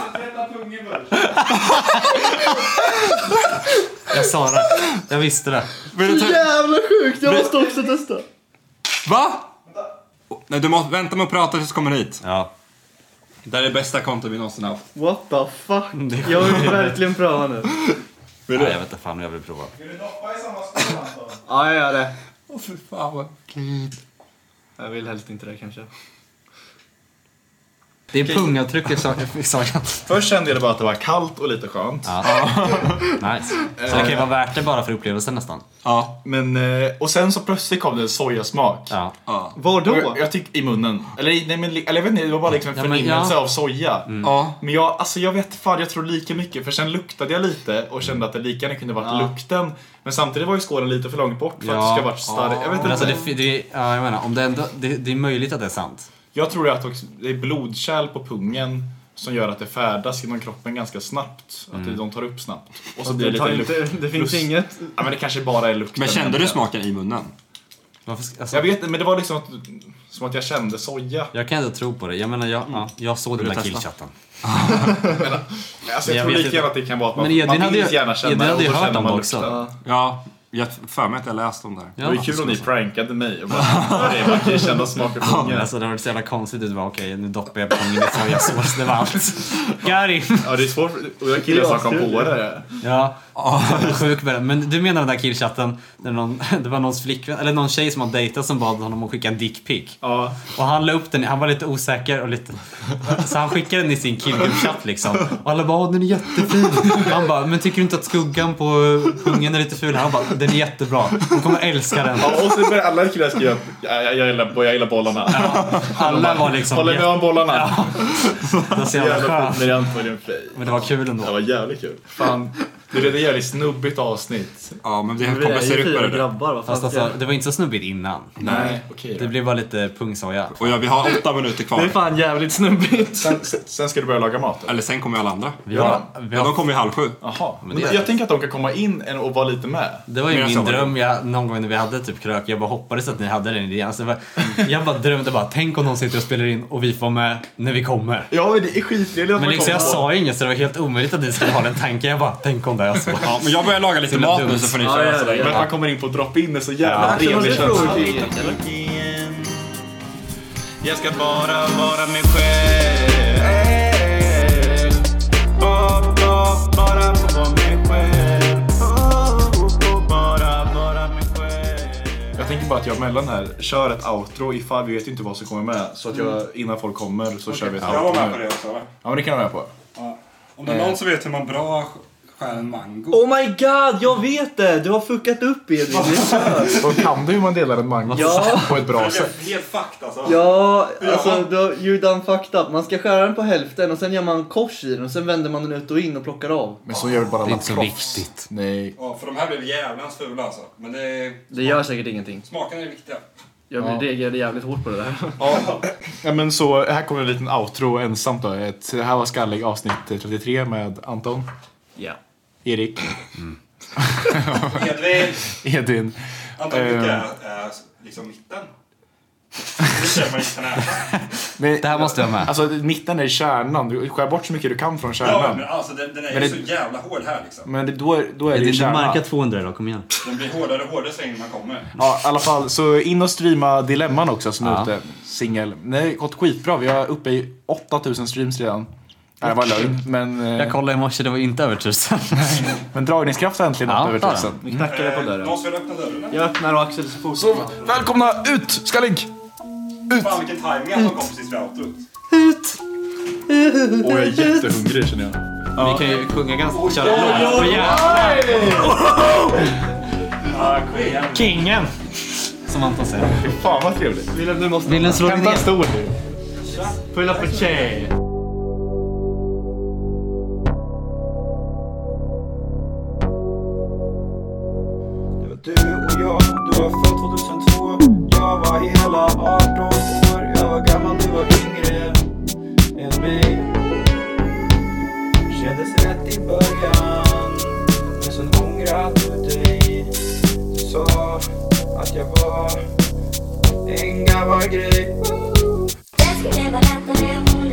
Jag sa det. Jag visste det. Så jävla sjukt. Jag måste också testa. Va? Nej, du måste vänta med att prata tills du kommer hit. Ja. Det är det bästa kontot vi någonsin haft. What the fuck? Jag vill verkligen pröva nu. Nej, jag vet inte fan jag vill prova. Vill du doppa i samma skål, Anton? Ja, jag gör det. Åh, för fan vad klid. Jag vill helst inte det kanske. Det är pungavtrycket sa jag. Först kände jag bara att det var kallt och lite skönt. Ja. Nice. Så det kan ju vara värt det bara för upplevelsen nästan. Ja, men och sen så plötsligt kom det en sojasmak. Ja. Var då? Jag tyckte i munnen. Eller jag vet inte, det var bara liksom en förnimmelse av soja. Ja. Men jag vet fan, jag tror lika mycket. För sen luktade jag lite och kände att det lika gärna kunde varit lukten. Men samtidigt var ju skålen lite för långt bort för att det ska varit stark. Jag vet inte. Alltså jag menar, om det ändå det är möjligt att det är sant. Jag tror att det är blodkärl på pungen som gör att det färdas genom kroppen ganska snabbt. Att de tar upp snabbt. Och så blir det lite det finns inget. Ja, men det kanske bara är lukten. Men kände du smaken i munnen? Alltså, jag vet inte, men det var liksom som att jag kände soja. Jag kan inte tro på det. Jag menar, jag såg den där killchatten. Alltså, jag tror lika gärna att det kan vara att man vill gärna känna. Edvin hade ju hört om det också. Ja. Jag för mig att jag läst om det här. Ja, det var kul om ni prankade mig och bara, man kan ju känna smaker på pungen. Alltså det var så jävla konstigt ut. Okej, nu doppar jag pungen i sojasås. Det var allt. Gary. Ja, det är svårt. Och jag killar som kom på det. Ja, sjuk med det. Men du menar den där killchatten där det var någons flickvän eller någon tjej som har dejtat som bad honom att skicka en dickpic. Ja. Och han la upp den, han var lite osäker och lite så han skickade den i sin killgruppchatt liksom. Och alla bara, den är jättefin. Han bara, men tycker du inte att skuggan på pungen är lite ful? Han bara, den är jättebra. Hon kommer älska den. Ja, och så började alla killar skriva jag gillar bollarna. Ja, alla var liksom håller med om bollarna. Ja. Det var så jävla skönt. Men det var kul ändå. Det var jävligt kul. Fan. Det är ett jävligt snubbigt avsnitt. Ja, men vi kommer se upp med det. Grabbar, fast alltså, det var inte så snubbigt innan. Nej, okej. Det blev bara lite pungsoja. Och ja, vi har 8 minuter kvar. Det är fan jävligt snubbigt. Sen ska du börja laga mat. Eller sen kommer alla andra. Ja, de kommer 6:30. Jaha, men jag tänker att de kan komma in och vara lite med. Det var ju min dröm, någon gång när vi hade typ krök. Jag bara hoppades att ni hade den idén. Alltså, jag bara drömde tänk om någon sitter och spelar in och vi får med när vi kommer. Ja, men det är skittrevligt. Men liksom, jag sa inget så det var helt omöjligt att ni skulle ha den tanken. Jag bara, tänk om det är så. Ja, men jag börjar laga lite mat nu så får ni köra sådär. Men man kommer in på drop-in är så jävla trevlig känsla. Jag ska bara vara mig själv. Bara få vara mig själv. Bara vara mig själv. Jag tänker bara att jag mellan här kör ett outro ifall vi vet inte vad som kommer med. Så att jag innan folk kommer så kör vi ett outro. Jag var med på det också, eller? Ja, men det kan jag vara med på. Ja. Om det är någon som vet hur man bra skär en mango. Oh my god, jag vet det! Du har fuckat upp Edvin. Och kan du hur man delar en mango på ett bra sätt? Helt fucked alltså. Ja, alltså you done fucked up. Man ska skära den på hälften och sen gör man kors i den och sen vänder man den ut och in och plockar av. Men så gör det bara det är inte så viktigt. Nej. Ja, för de här blev jävlans fula alltså. Men det gör säkert ingenting. Smaken är viktiga. Jag reagerade jävligt hårt på det där. Ja, men så här kommer en liten outro ensamt då. Det här var Skallig avsnitt 33 med Anton. Ja. Erik. Edvin. Anton, vilka är liksom mitten? Det ser man inte nära. Det här måste jag med. Alltså mitten är kärnan. Du skär bort så mycket du kan från kärnan. Ja, men alltså den är ju så jävla hård här liksom. Men då är det kärnan. Marka 200 då, kom igen. Den blir hårdare och hårdare så länge man kommer. Ja, i alla fall. Så in och streama Dilemman också som är ute. Singel. Det har gått skitbra. Vi är uppe i 8000 streams redan. Det var lögn, men... Jag kollade i morse, det var inte över 1000. Men dragningskraft är äntligen över 1000. Vi knackade på dörren. Någon ska öppna dörren? Jag öppnar och Axel så fort. Så, välkomna ut, Skallig! Ut! Fan vilken timing att de kom precis vid outrot. Ut! Och jag är jättehungrig känner jag. Vi kan ju sjunga ganska... Köra låt. Kingen! Som Anton säger. Fan vad trevligt. Vill slå Hämta en stol nu. Pull up a chair. Du och jag, du var född 2002. Jag var hela 18 år. Jag var gammal, du var yngre än mig. Kändes rätt i början, men sen ångrade du dig. Du sa att jag var en gammal grej. Det skulle vara lättare om